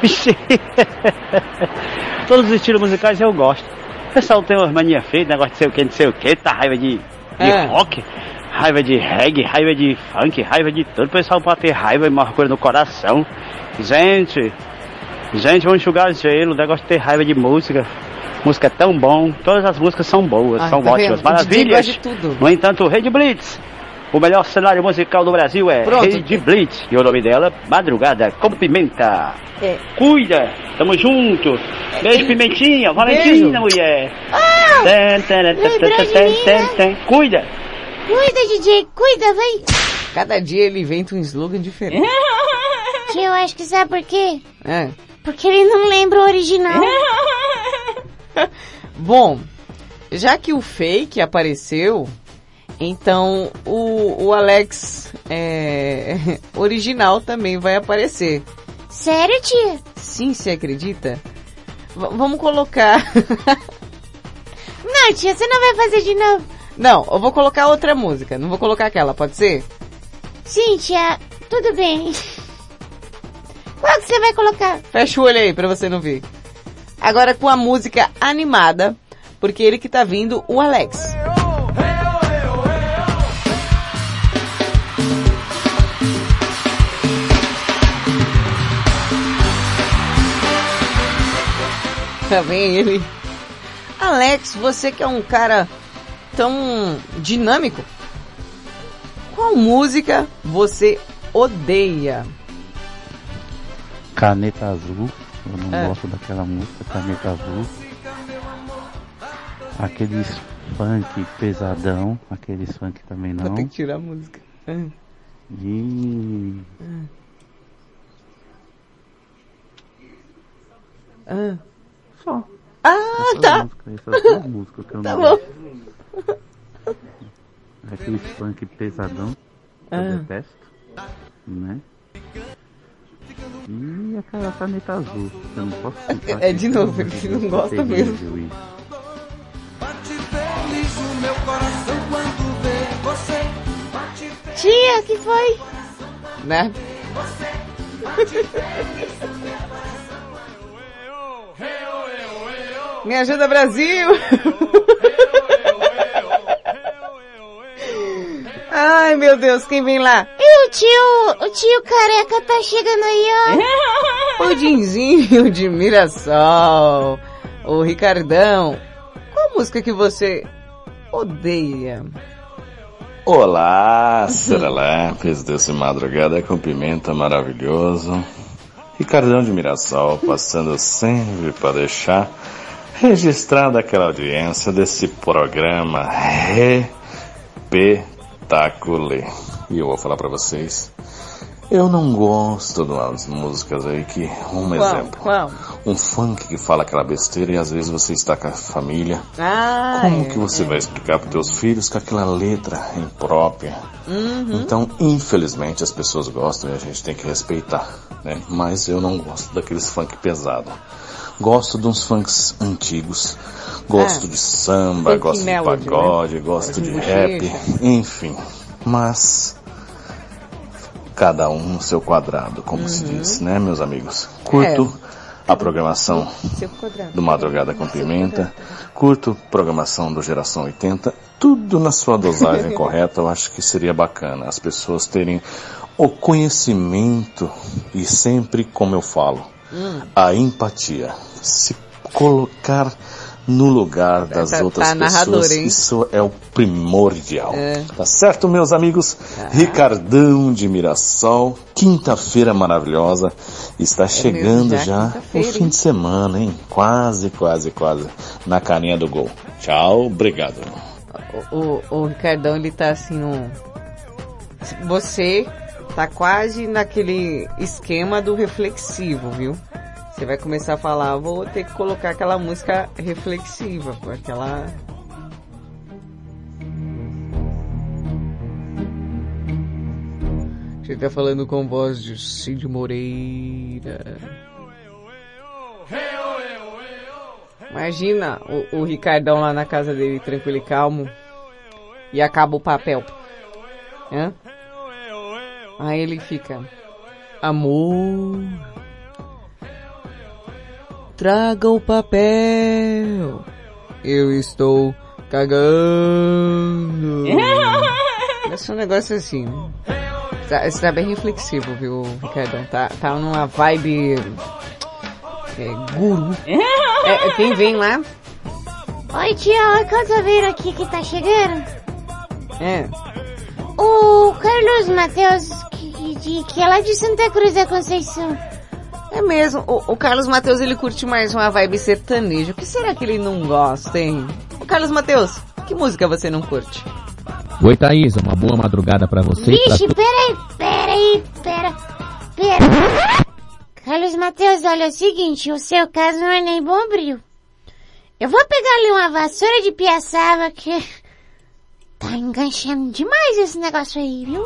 Todos os estilos musicais eu gosto. O pessoal tem umas manias feias, negócio de sei o que, não sei o que, tá raiva de, de é. rock, raiva de reggae, raiva de funk, raiva de tudo. O pessoal pode ter raiva e uma coisa no coração. Gente, gente, vamos enxugar gelo, o negócio de ter raiva de música. Música é tão bom, todas as músicas são boas, ah, são tá ótimas, vendo? Maravilhas. De tudo. No entanto, o Rede Blitz, o melhor cenário musical do Brasil é Rede Blitz. E o nome dela, Madrugada com Pimenta. É. Cuida, tamo junto. Beijo, Pimentinha, Valentina, mulher. Ah, ten, ten, ten, ten, ten, ten, ten. Cuida. Cuida, D J, cuida, vai. Cada dia ele inventa um slogan diferente. Tio, eu acho que sabe por quê? É. Porque ele não lembra o original. Bom, já que o fake apareceu, então o, o Alex é, original também vai aparecer. Sério, tia? Sim, você acredita? V- vamos colocar... Não, tia, você não vai fazer de novo. Não, eu vou colocar outra música, não vou colocar aquela, pode ser? Sim, tia, tudo bem. Qual que você vai colocar? Fecha o olho aí pra você não ver. Agora com a música animada, porque ele que tá vindo, o Alex. Tá bem ele? Alex, você que é um cara tão dinâmico, qual música você odeia? Caneta Azul, eu não É. gosto daquela música, Caneta Azul. Aqueles funk pesadão, aqueles funk também não. Vou ter que tirar a música. É. E... Ah. Só. Ah, Essas tá. músicas, essas duas músicas que eu Tá não bom. gosto. Aqueles funk pesadão, eu Ah. detesto, né? E aquela caneta azul, eu não posso ficar É de novo, ele não gosta mesmo. terrível isso. Tia, que foi? Né? Me ajuda, Brasil! Ai, meu Deus, quem vem lá? E o tio, o tio careca tá chegando aí, ó. O Dinzinho de Mirassol, o Ricardão. Qual música que você odeia? Olá, serelepes desse madrugada com pimenta maravilhoso. Ricardão de Mirassol, passando sempre para deixar registrada aquela audiência desse programa Repetaculê. E eu vou falar para vocês, eu não gosto de umas músicas aí que, um Qual? exemplo, Qual? um funk que fala aquela besteira e às vezes você está com a família. Ah, Como é, que você é. vai explicar para teus filhos com aquela letra imprópria? Uhum. Então, infelizmente, as pessoas gostam e a gente tem que respeitar, né? Mas eu não gosto daqueles funk pesado. Gosto de uns funks antigos, gosto Ah, de samba, funk gosto melody, de pagode, né? gosto de Bochecha. rap, enfim. Mas cada um no seu quadrado, como se Uhum. diz, né, meus amigos? Curto É. a programação Seu quadrado. do Madrugada com Pimenta, curto programação do Geração oitenta, tudo na sua dosagem correta. Eu acho que seria bacana as pessoas terem o conhecimento e sempre, como eu falo, Hum. a empatia, se colocar no lugar das Tá- outras tá narrador, pessoas, hein? isso é o primordial. É. Tá certo, meus amigos? Ricardão de Mirassol, quinta-feira maravilhosa, está chegando mesmo, já já o quinta-feira, fim hein? de semana, hein? Quase, quase, quase, na carinha do gol. Tchau, obrigado. O, o, o Ricardão, ele tá assim no... Você tá quase naquele esquema do reflexivo, viu? Você vai começar a falar, vou ter que colocar aquela música reflexiva, porque ela... Você tá falando com voz de Cid Moreira. Imagina o, o Ricardão lá na casa dele, tranquilo e calmo, e acaba o papel. Hã? Aí ele fica, amor, traga o papel, eu estou cagando. Deve ser um negócio assim, né? Tá, você tá bem reflexivo, viu, Ricardão? Tá, tá numa vibe é, guru. É, quem vem lá? Oi, tia, olha quantos ouviram aqui que tá chegando. É. O Carlos Mateus, que, que, que é lá de Santa Cruz da Conceição. É mesmo, o, o Carlos Mateus, ele curte mais uma vibe sertaneja. O que será que ele não gosta, hein? O Carlos Mateus, que música você não curte? Oi, Thaís, uma boa madrugada pra você. e pra Vixe, to- peraí, peraí, pera. pera. Carlos Mateus, olha, é o seguinte, o seu caso não é nem bombril. Eu vou pegar ali uma vassoura de piaçava que tá enganchando demais esse negócio aí, viu?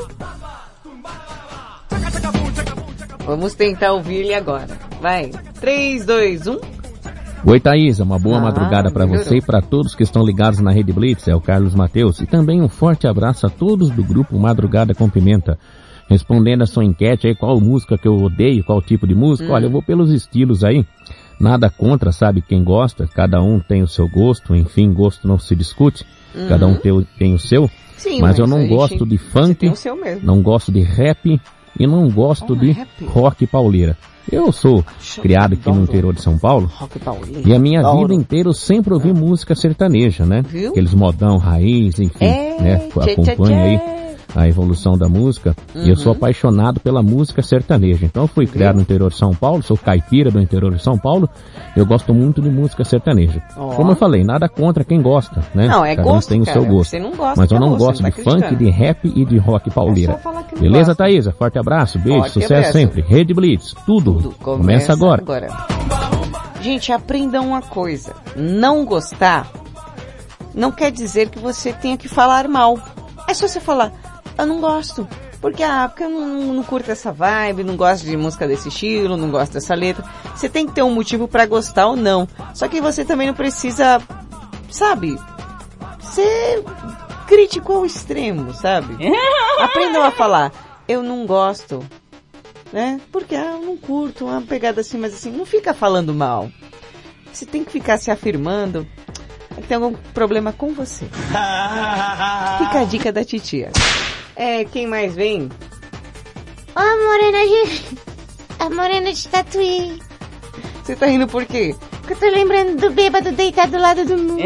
Vamos tentar ouvir ele agora. Vai. três, dois, um. Oi, Thaisa. Uma boa ah, madrugada para você e para todos que estão ligados na Rede Blitz. É o Carlos Mateus. E também um forte abraço a todos do grupo Madrugada com Pimenta. Respondendo a sua enquete aí, qual música que eu odeio, qual tipo de música. Hum. Olha, eu vou pelos estilos aí. Nada contra, sabe, quem gosta. Cada um tem o seu gosto. Enfim, gosto não se discute. Uhum. Cada um tem, tem o seu. Sim, mas, mas eu não gosto de funk, não gosto de rap e não gosto oh, de rap. rock pauleira. Eu sou Show criado aqui no interior de São Paulo e a minha Paulo. vida inteira eu sempre ouvi música sertaneja, né? Viu? Aqueles modão raiz, enfim, é, né? Acompanha aí a evolução da música. Uhum. E eu sou apaixonado pela música sertaneja. Então eu fui criado no interior de São Paulo, sou caipira do interior de São Paulo. Eu gosto muito de música sertaneja. Oh. Como eu falei, nada contra quem gosta, né? Não, é Cada gosto, um tem cara. o seu gosto. Você não gosta, mas eu não gosto, gosto de tá funk, de rap e de rock pauleira. É Beleza, Thaisa? Forte abraço, beijo, Forte sucesso abraço. sempre. Rede Blitz, tudo, tudo começa, começa agora. agora. Gente, aprendam uma coisa. Não gostar não quer dizer que você tenha que falar mal. É só você falar, eu não gosto. Porque, ah, porque eu não, não curto essa vibe, não gosto de música desse estilo, não gosto dessa letra. Você tem que ter um motivo pra gostar ou não. Só que você também não precisa, sabe, ser crítico ao extremo, sabe? Aprendam a falar, eu não gosto, né? Porque, ah, eu não curto, uma pegada assim, mas assim, não fica falando mal. Você tem que ficar se afirmando que tem algum problema com você. Fica a dica da titia. É, quem mais vem? Ó, a morena de... A morena de Tatuí. Você tá rindo por quê? Porque eu tô lembrando do bêbado deitado do lado do mundo.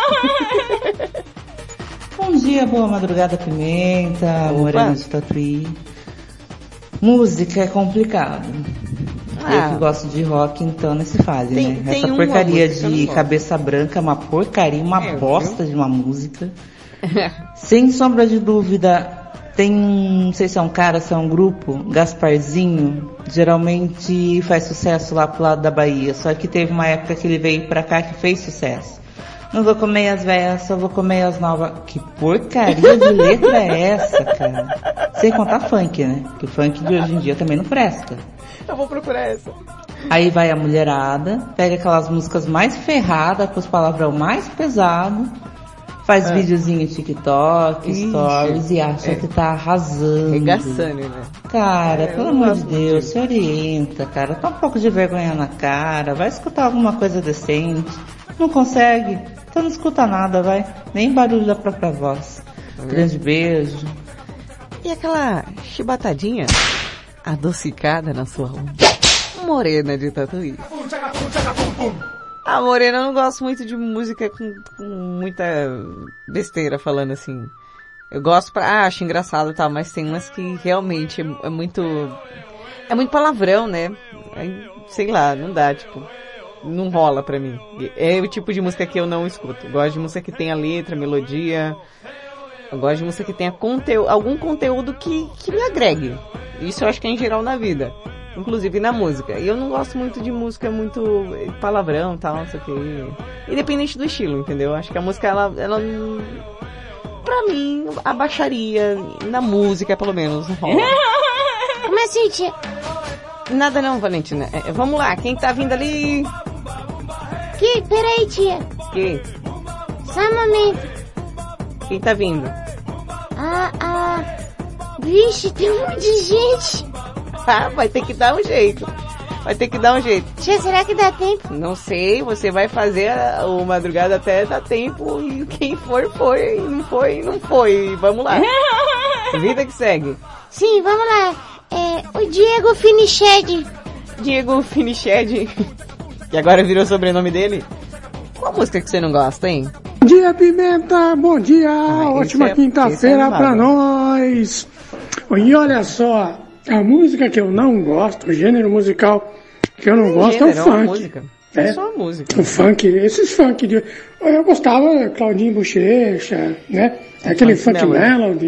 Bom dia, boa madrugada, Pimenta, Opa. morena de Tatuí. Música é complicado. Ah. Eu que gosto de rock, então não se faz, tem, né? Tem Essa porcaria de Cabeça Branca é uma porcaria, uma é, bosta viu? de uma música. Sem sombra de dúvida... Tem, não sei se é um cara, se é um grupo, Gasparzinho, geralmente faz sucesso lá pro lado da Bahia, só que teve uma época que ele veio pra cá que fez sucesso. Não vou comer as velhas, só vou comer as novas. Que porcaria de letra é essa, cara? Sem contar funk, né? Que o funk de hoje em dia também não presta. Eu vou procurar essa. Aí vai a mulherada, pega aquelas músicas mais ferradas, com os palavrão mais pesados, faz é. videozinho TikTok, Ixi, stories e acha é. que tá arrasando. Regaçando, né? Cara, é, pelo amor de Deus, se orienta, cara. Tá um pouco de vergonha na cara. Vai escutar alguma coisa decente. Não consegue? Então não escuta nada, vai. Nem barulho da própria voz. Hum. Grande beijo. E aquela chibatadinha adocicada na sua morena de Tatuí. A morena, eu não gosto muito de música com, com muita besteira falando assim. Eu gosto pra... Ah, acho engraçado e tal, mas tem umas que realmente é, é muito... É muito palavrão, né? Aí, sei lá, não dá, tipo... Não rola pra mim. É o tipo de música que eu não escuto. Eu gosto de música que tenha letra, melodia. Eu gosto de música que tenha conteúdo, algum conteúdo que, que me agregue. Isso eu acho que é em geral na vida. Inclusive na música. E eu não gosto muito de música muito palavrão e tal, não sei o que. Independente do estilo, entendeu? Acho que a música, ela, ela pra mim, abaixaria na música, pelo menos. Como assim, tia? Nada não, Valentina. É, vamos lá, quem tá vindo ali? Que? Peraí, tia. Que? Só um momento. Quem tá vindo? Ah, ah... Vixe, tem um monte de gente. Ah, vai ter que dar um jeito. Vai ter que dar um jeito. Tia, será que dá tempo? Não sei, você vai fazer a, o madrugada até dar tempo e quem for, foi. Não foi, não foi. Vamos lá. Vida que segue. Sim, vamos lá. É, o Diego Finiched. Diego Finiched. Que agora virou o sobrenome dele. Qual música que você não gosta, hein? Bom dia, Pimenta. Bom dia. Ah, Ótima é, quinta-feira é pra nós. E olha só. A música que eu não gosto, o gênero musical que eu não é gosto gênero, é o funk. É uma música. É, é só uma música. O funk, esses funk de... Eu gostava Claudinho Bochecha, né? Aquele funk, funk melody.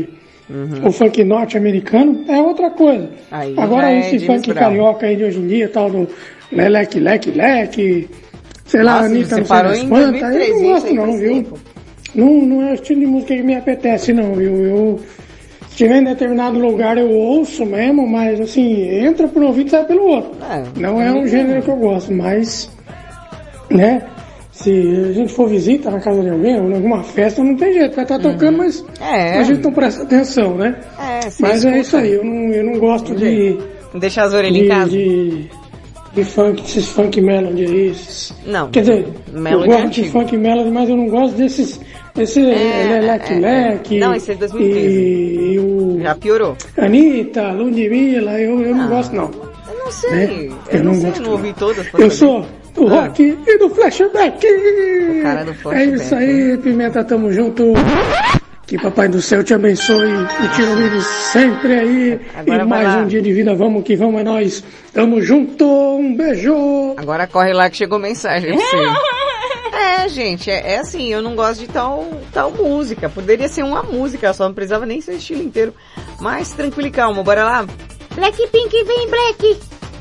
Uhum. O funk norte-americano é outra coisa. Aí Agora é esse funk Brown. carioca aí de hoje em dia, tal do leleque, leque, leque, sei lá, Nossa, Anitta, você não sei parou das em quantas, dois mil e treze, eu não hein? gosto Tem não, mais viu? tempo. Não, não é o estilo de música que me apetece não, viu? Eu, se estiver em determinado lugar eu ouço mesmo, mas assim, entra por um ouvido e sai pelo outro. É, não é um gênero que eu gosto, mas, né? Se a gente for visita na casa de alguém, ou em alguma festa, não tem jeito, vai estar tocando, Uhum. mas É. a gente não presta atenção, né? É, você mas escuta. é isso aí, eu não, eu não gosto de... Deixar as orelhas de, em casa? De, de funk, esses funk melody aí. Esses, Não. Quer dizer, Melody eu gosto antigo. de funk melody, mas eu não gosto desses... Esse É, leque-leque. é, é. Não, esse é de dois mil e treze. E, e o... Já piorou. Anitta, Ludmilla, eu, eu não Ah, gosto não. Eu não sei. Né? Eu, Eu não não sei, gosto, não ouvi todas. pra Eu saber. sou do rock e do flashback. O cara do É flashback. isso aí, Pimenta, tamo junto. Que Papai do Céu te abençoe e te ilumine sempre aí. Agora e vai mais lá. um dia de vida, vamos que vamos, é nóis. Tamo junto, um beijo. Agora corre lá que chegou mensagem pra você. É, gente, é, é assim, eu não gosto de tal, tal música. Poderia ser uma música, só não precisava nem ser o estilo inteiro. Mas tranquilo e calmo, bora lá. Blackpink vem, Black!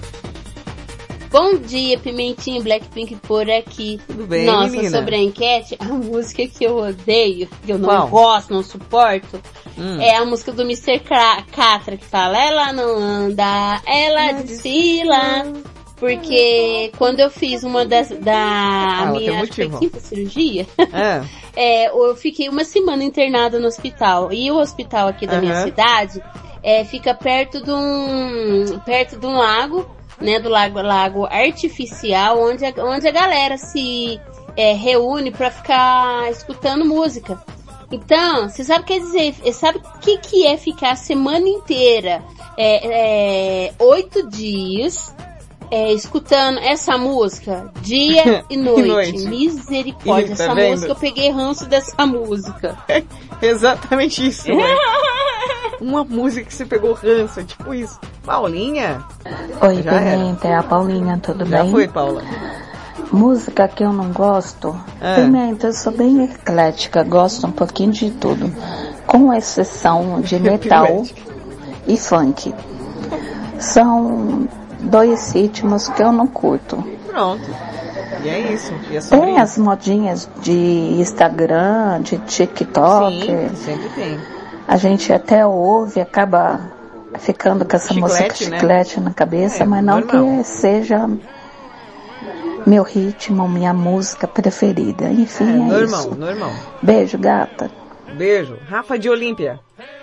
Bom dia, Pimentinho, Blackpink por aqui. Tudo bem, Nossa, menina? sobre a enquete, a música que eu odeio, que eu não Qual? gosto, não suporto, Hum. é a música do mister Cra- Catra, que fala, ela não anda, ela desfila. Porque quando eu fiz uma das, da Ah, ela minha tem acho que foi motivo. quinta cirurgia, É. é, eu fiquei uma semana internada no hospital. E o hospital aqui da minha Aham. cidade é, fica perto de um perto de um lago, né, do lago, lago artificial, onde a, onde a galera se é, reúne pra ficar escutando música. Então, você sabe o que quer dizer? Sabe o que, que é ficar a semana inteira, é, é, oito dias, é, escutando essa música, dia e noite. noite. Misericórdia, Ih, tá essa vendo? música, eu peguei ranço dessa música. Exatamente isso, né? Uma música que você pegou ranço, é tipo isso. Paulinha? Oi, Já era. Pimenta, é a Paulinha, tudo Já bem? foi, Paula. Música que eu não gosto, Ah. Pimenta, eu sou bem eclética, gosto um pouquinho de tudo, com exceção de metal e funk. São dois ritmos que eu não curto. Pronto. E é isso. E é sobre Tem isso. as modinhas de Instagram, de TikTok. Sim, sempre tem. A gente até ouve, acaba ficando com essa Chiclete, música né? chiclete na cabeça, É, mas não normal. que seja meu ritmo, minha música preferida. Enfim, É, é, normal, isso. normal. Beijo, gata. Beijo. Rafa de Olímpia.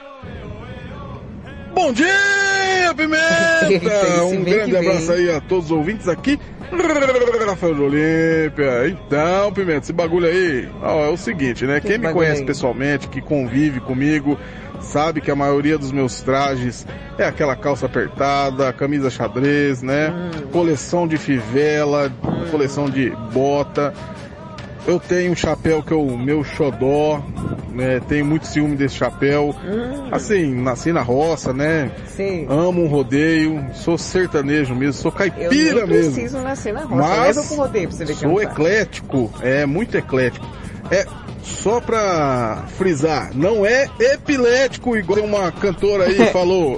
Bom dia, Pimenta! Esse Um vem grande que vem. abraço aí a todos os ouvintes aqui. Rafael de Olímpia. Então, Pimenta, esse bagulho aí, ó, é o seguinte, né? Que Quem me bagulho conhece aí? pessoalmente, que convive comigo, sabe que a maioria dos meus trajes é aquela calça apertada, camisa xadrez, né? Hum. Coleção de fivela, coleção de bota. Eu tenho um chapéu que é o meu xodó, né? Tenho muito ciúme desse chapéu. Hum. Assim, nasci na roça, né? Sim. Amo um rodeio, sou sertanejo mesmo, sou Eu caipira nem mesmo. preciso nascer na roça. Mas Leva pro rodeio pra você ver sou cantar. eclético, é muito eclético. É só pra frisar, não é epilético igual uma cantora aí falou.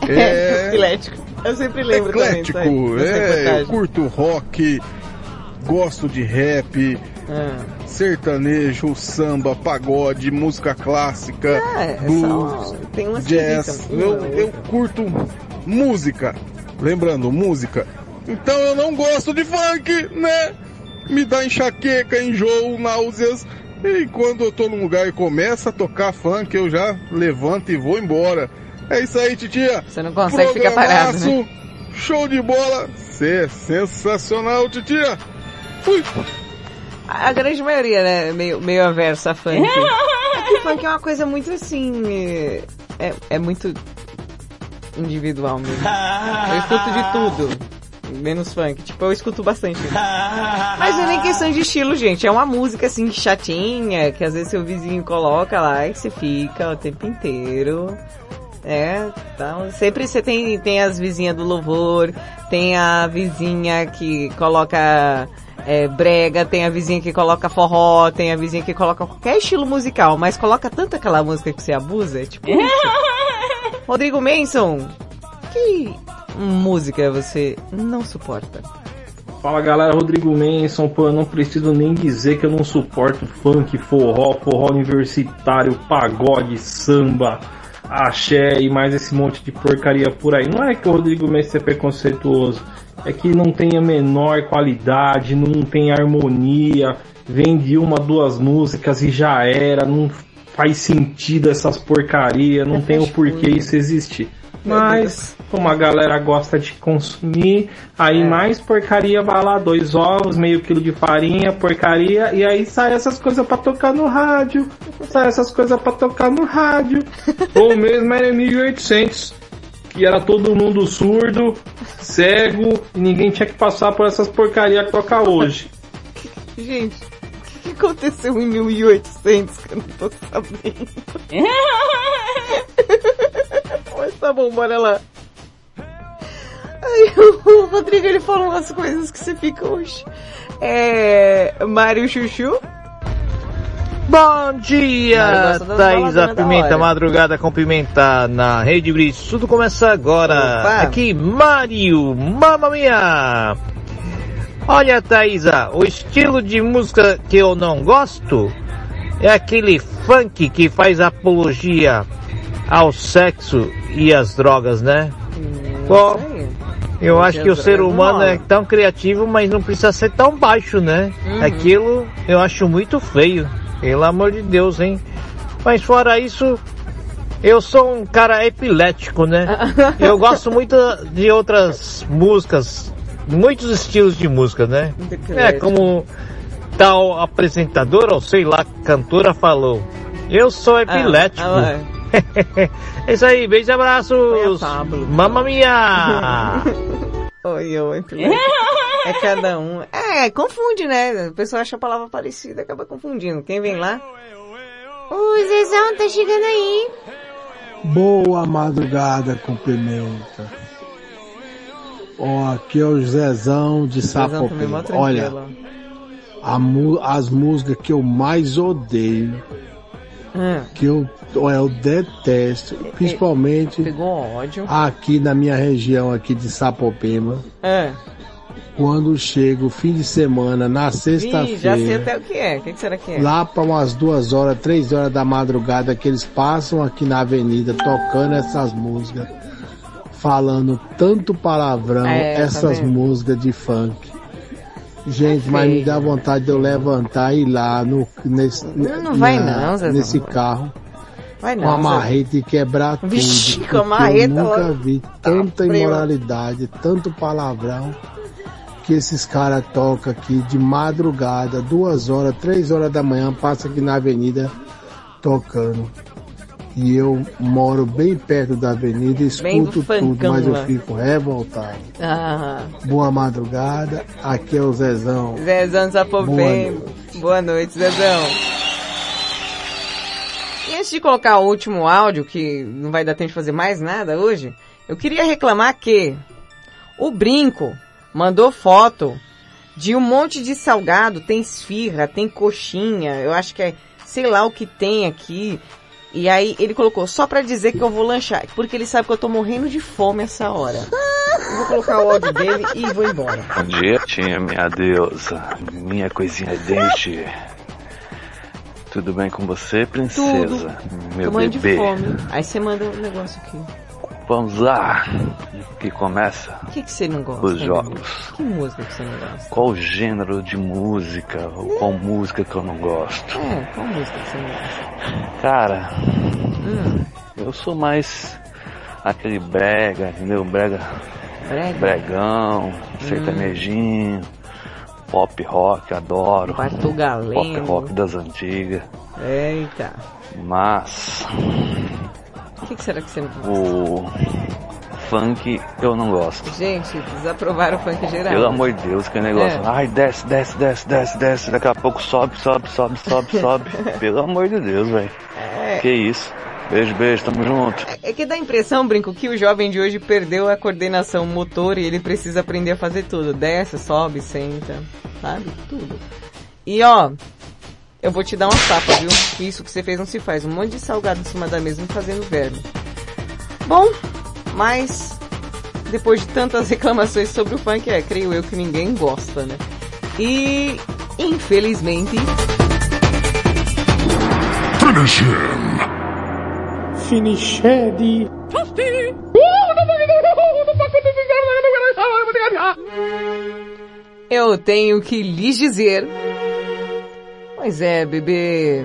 É Epilético. Eu sempre lembro eclético, também. disso aí, dessa é, eu reportagem. curto rock, gosto de rap, Ah. sertanejo, samba, pagode, música clássica, É, é blues, só- tem umas jazz. que Eu, irritam. eu curto música, lembrando, música. Então eu não gosto de funk, né? Me dá enxaqueca, enjoo, náuseas. E quando eu tô num lugar e começa a tocar funk, eu já levanto e vou embora. É isso aí, titia. Você não consegue ficar parado, né? Show de bola. Cê é sensacional, titia. Fui. A grande maioria, né? Meio, meio aversa a funk. É que funk é uma coisa muito assim. É, é muito individual mesmo. Eu escuto de tudo. Menos funk. Tipo, eu escuto bastante. Mas não é nem questão de estilo, gente. É uma música assim chatinha, que às vezes seu vizinho coloca lá e você fica o tempo inteiro. É, então sempre você tem, tem as vizinhas do louvor, tem a vizinha que coloca é, brega, tem a vizinha que coloca forró, tem a vizinha que coloca qualquer estilo musical, mas coloca tanto aquela música que você abusa, é tipo isso. Rodrigo Manson, que música você não suporta? Fala galera, Rodrigo Manson, pô, eu não preciso nem dizer que eu não suporto funk, forró, forró universitário, pagode, samba, axé e mais esse monte de porcaria por aí. Não é que o Rodrigo Manson é preconceituoso, é que não tem a menor qualidade, não tem harmonia, vem de uma, duas músicas e já era, não faz sentido essas porcarias, não tem o porquê isso existir. Mas, como a galera gosta de consumir, aí é. mais porcaria vai lá, dois ovos, meio quilo de farinha, porcaria, e aí sai essas coisas pra tocar no rádio, sai essas coisas pra tocar no rádio. Ou mesmo era mil e oitocentos, que era todo mundo surdo, cego, e ninguém tinha que passar por essas porcarias que toca hoje. Gente, o que aconteceu em mil e oitocentos que eu não tô sabendo? Mas tá bom, bora lá. Aí o Rodrigo, ele falou umas coisas que você fica hoje. É... Mário Chuchu. Bom dia, Thaisa Pimenta, madrugada com pimenta na Rede Blitz. Tudo começa agora. Opa. Aqui, Mário, mamma mia. Olha, Thaisa, o estilo de música que eu não gosto é aquele funk que faz apologia ao sexo e às drogas, né? Hum, Bom, eu acho que o ser humano é tão criativo, mas não precisa ser tão baixo, né? Uhum. Aquilo eu acho muito feio, pelo amor de Deus, hein? Mas fora isso, eu sou um cara epilético, né? Eu gosto muito de outras músicas, muitos estilos de música, né? É como tal apresentadora, ou sei lá, cantora falou. Eu sou epilético. Ah, ah, é isso aí, beijo e abraços. Mamma mia. Oi, oi. É cada um. É, confunde, né? O pessoal acha a palavra parecida, acaba confundindo. Quem vem lá? O Zezão tá chegando aí. Boa madrugada com pimenta. Ó, aqui é o Zezão de Sapopemba. Olha, a, as músicas que eu mais odeio, hum. que eu, eu detesto, principalmente pegou ódio. Aqui na minha região aqui de Sapopemba. É. Quando chega o fim de semana, na sexta-feira. Já sei até o que é. O que, que será que é? Lá para umas duas horas, três horas da madrugada, que eles passam aqui na avenida tocando essas músicas, falando tanto palavrão, é, essas tá músicas de funk. Gente, é mas me dá vontade de eu levantar e ir lá no, nesse, não, não vai na, não, Zé nesse carro. Vai não, com a marreta e quebrar tudo. Vixe, com a marreta, eu nunca logo. vi tanta ah, imoralidade, tanto palavrão que esses caras tocam aqui de madrugada, duas horas, três horas da manhã, passa aqui na avenida tocando. E eu moro bem perto da avenida, escuto tudo, mas eu fico revoltado. Ah. Boa madrugada, aqui é o Zezão. Zezão Sapopemba. Boa noite, Zezão. E antes de colocar o último áudio, que não vai dar tempo de fazer mais nada hoje, eu queria reclamar que o Brinco mandou foto de um monte de salgado, tem esfirra, tem coxinha, eu acho que é, sei lá o que tem aqui. E aí ele colocou, só pra dizer que eu vou lanchar, porque ele sabe que eu tô morrendo de fome essa hora. Eu vou colocar o áudio dele e vou embora. Bom dia, tia, minha deusa, minha coisinha dente. Tudo bem com você, princesa? Tudo. Meu tô morrendo bebê. de fome. Aí você manda um negócio aqui. Vamos lá, que começa. O que, que você não gosta? Os jogos. Né? Que música que você não gosta? Qual gênero de música, ou qual música que eu não gosto? É, qual música que você não gosta? Cara, hum. eu sou mais aquele brega, entendeu? Brega, brega? Bregão, sertanejinho, hum. pop rock, adoro. Bartol Galeno. Pop rock das antigas. Eita. Mas... o que, que será que você não gosta? O funk eu não gosto. Gente, desaprovaram o funk geral. Pelo amor de Deus, que negócio. É. Ai, desce, desce, desce, desce, desce. Daqui a pouco sobe, sobe, sobe, sobe, sobe. Pelo amor de Deus, velho. É. Que isso. Beijo, beijo, tamo junto. É que dá a impressão, Brinco, que o jovem de hoje perdeu a coordenação motor e ele precisa aprender a fazer tudo. Desce, sobe, senta, sabe? Tudo. E ó... eu vou te dar uma tapa, viu? Isso que você fez não se faz. Um monte de salgado em cima da mesa fazendo verme. Bom, mas depois de tantas reclamações sobre o funk, é, creio eu que ninguém gosta, né? E, infelizmente... Finish him! Finished! Eu tenho que lhes dizer... Pois é, bebê...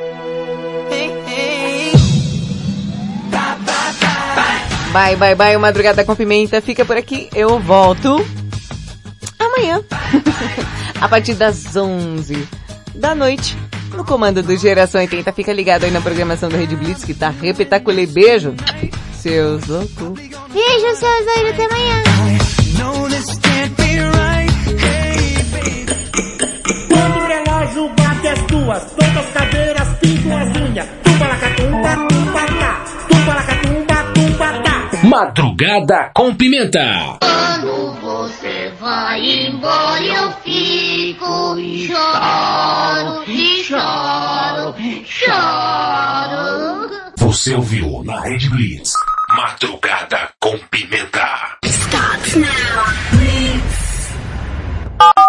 Bye, bye, bye, o Madrugada com Pimenta fica por aqui. Eu volto amanhã, a partir das onze da noite, no comando do Geração oitenta. Fica ligado aí na programação da Rede Blitz, que tá repetaculê. Beijo, seus loucos. Beijo, seus doidos, até amanhã. Quando o relógio bate as duas, todas as cadeiras pintam as unhas. Tumba lacatumba, tumba tá. Tumba lacatumba, tumba tá. Madrugada com Pimenta. Quando você vai embora eu fico e choro, e choro, choro. Você ouviu na Rede Blitz Madrugada com Pimenta.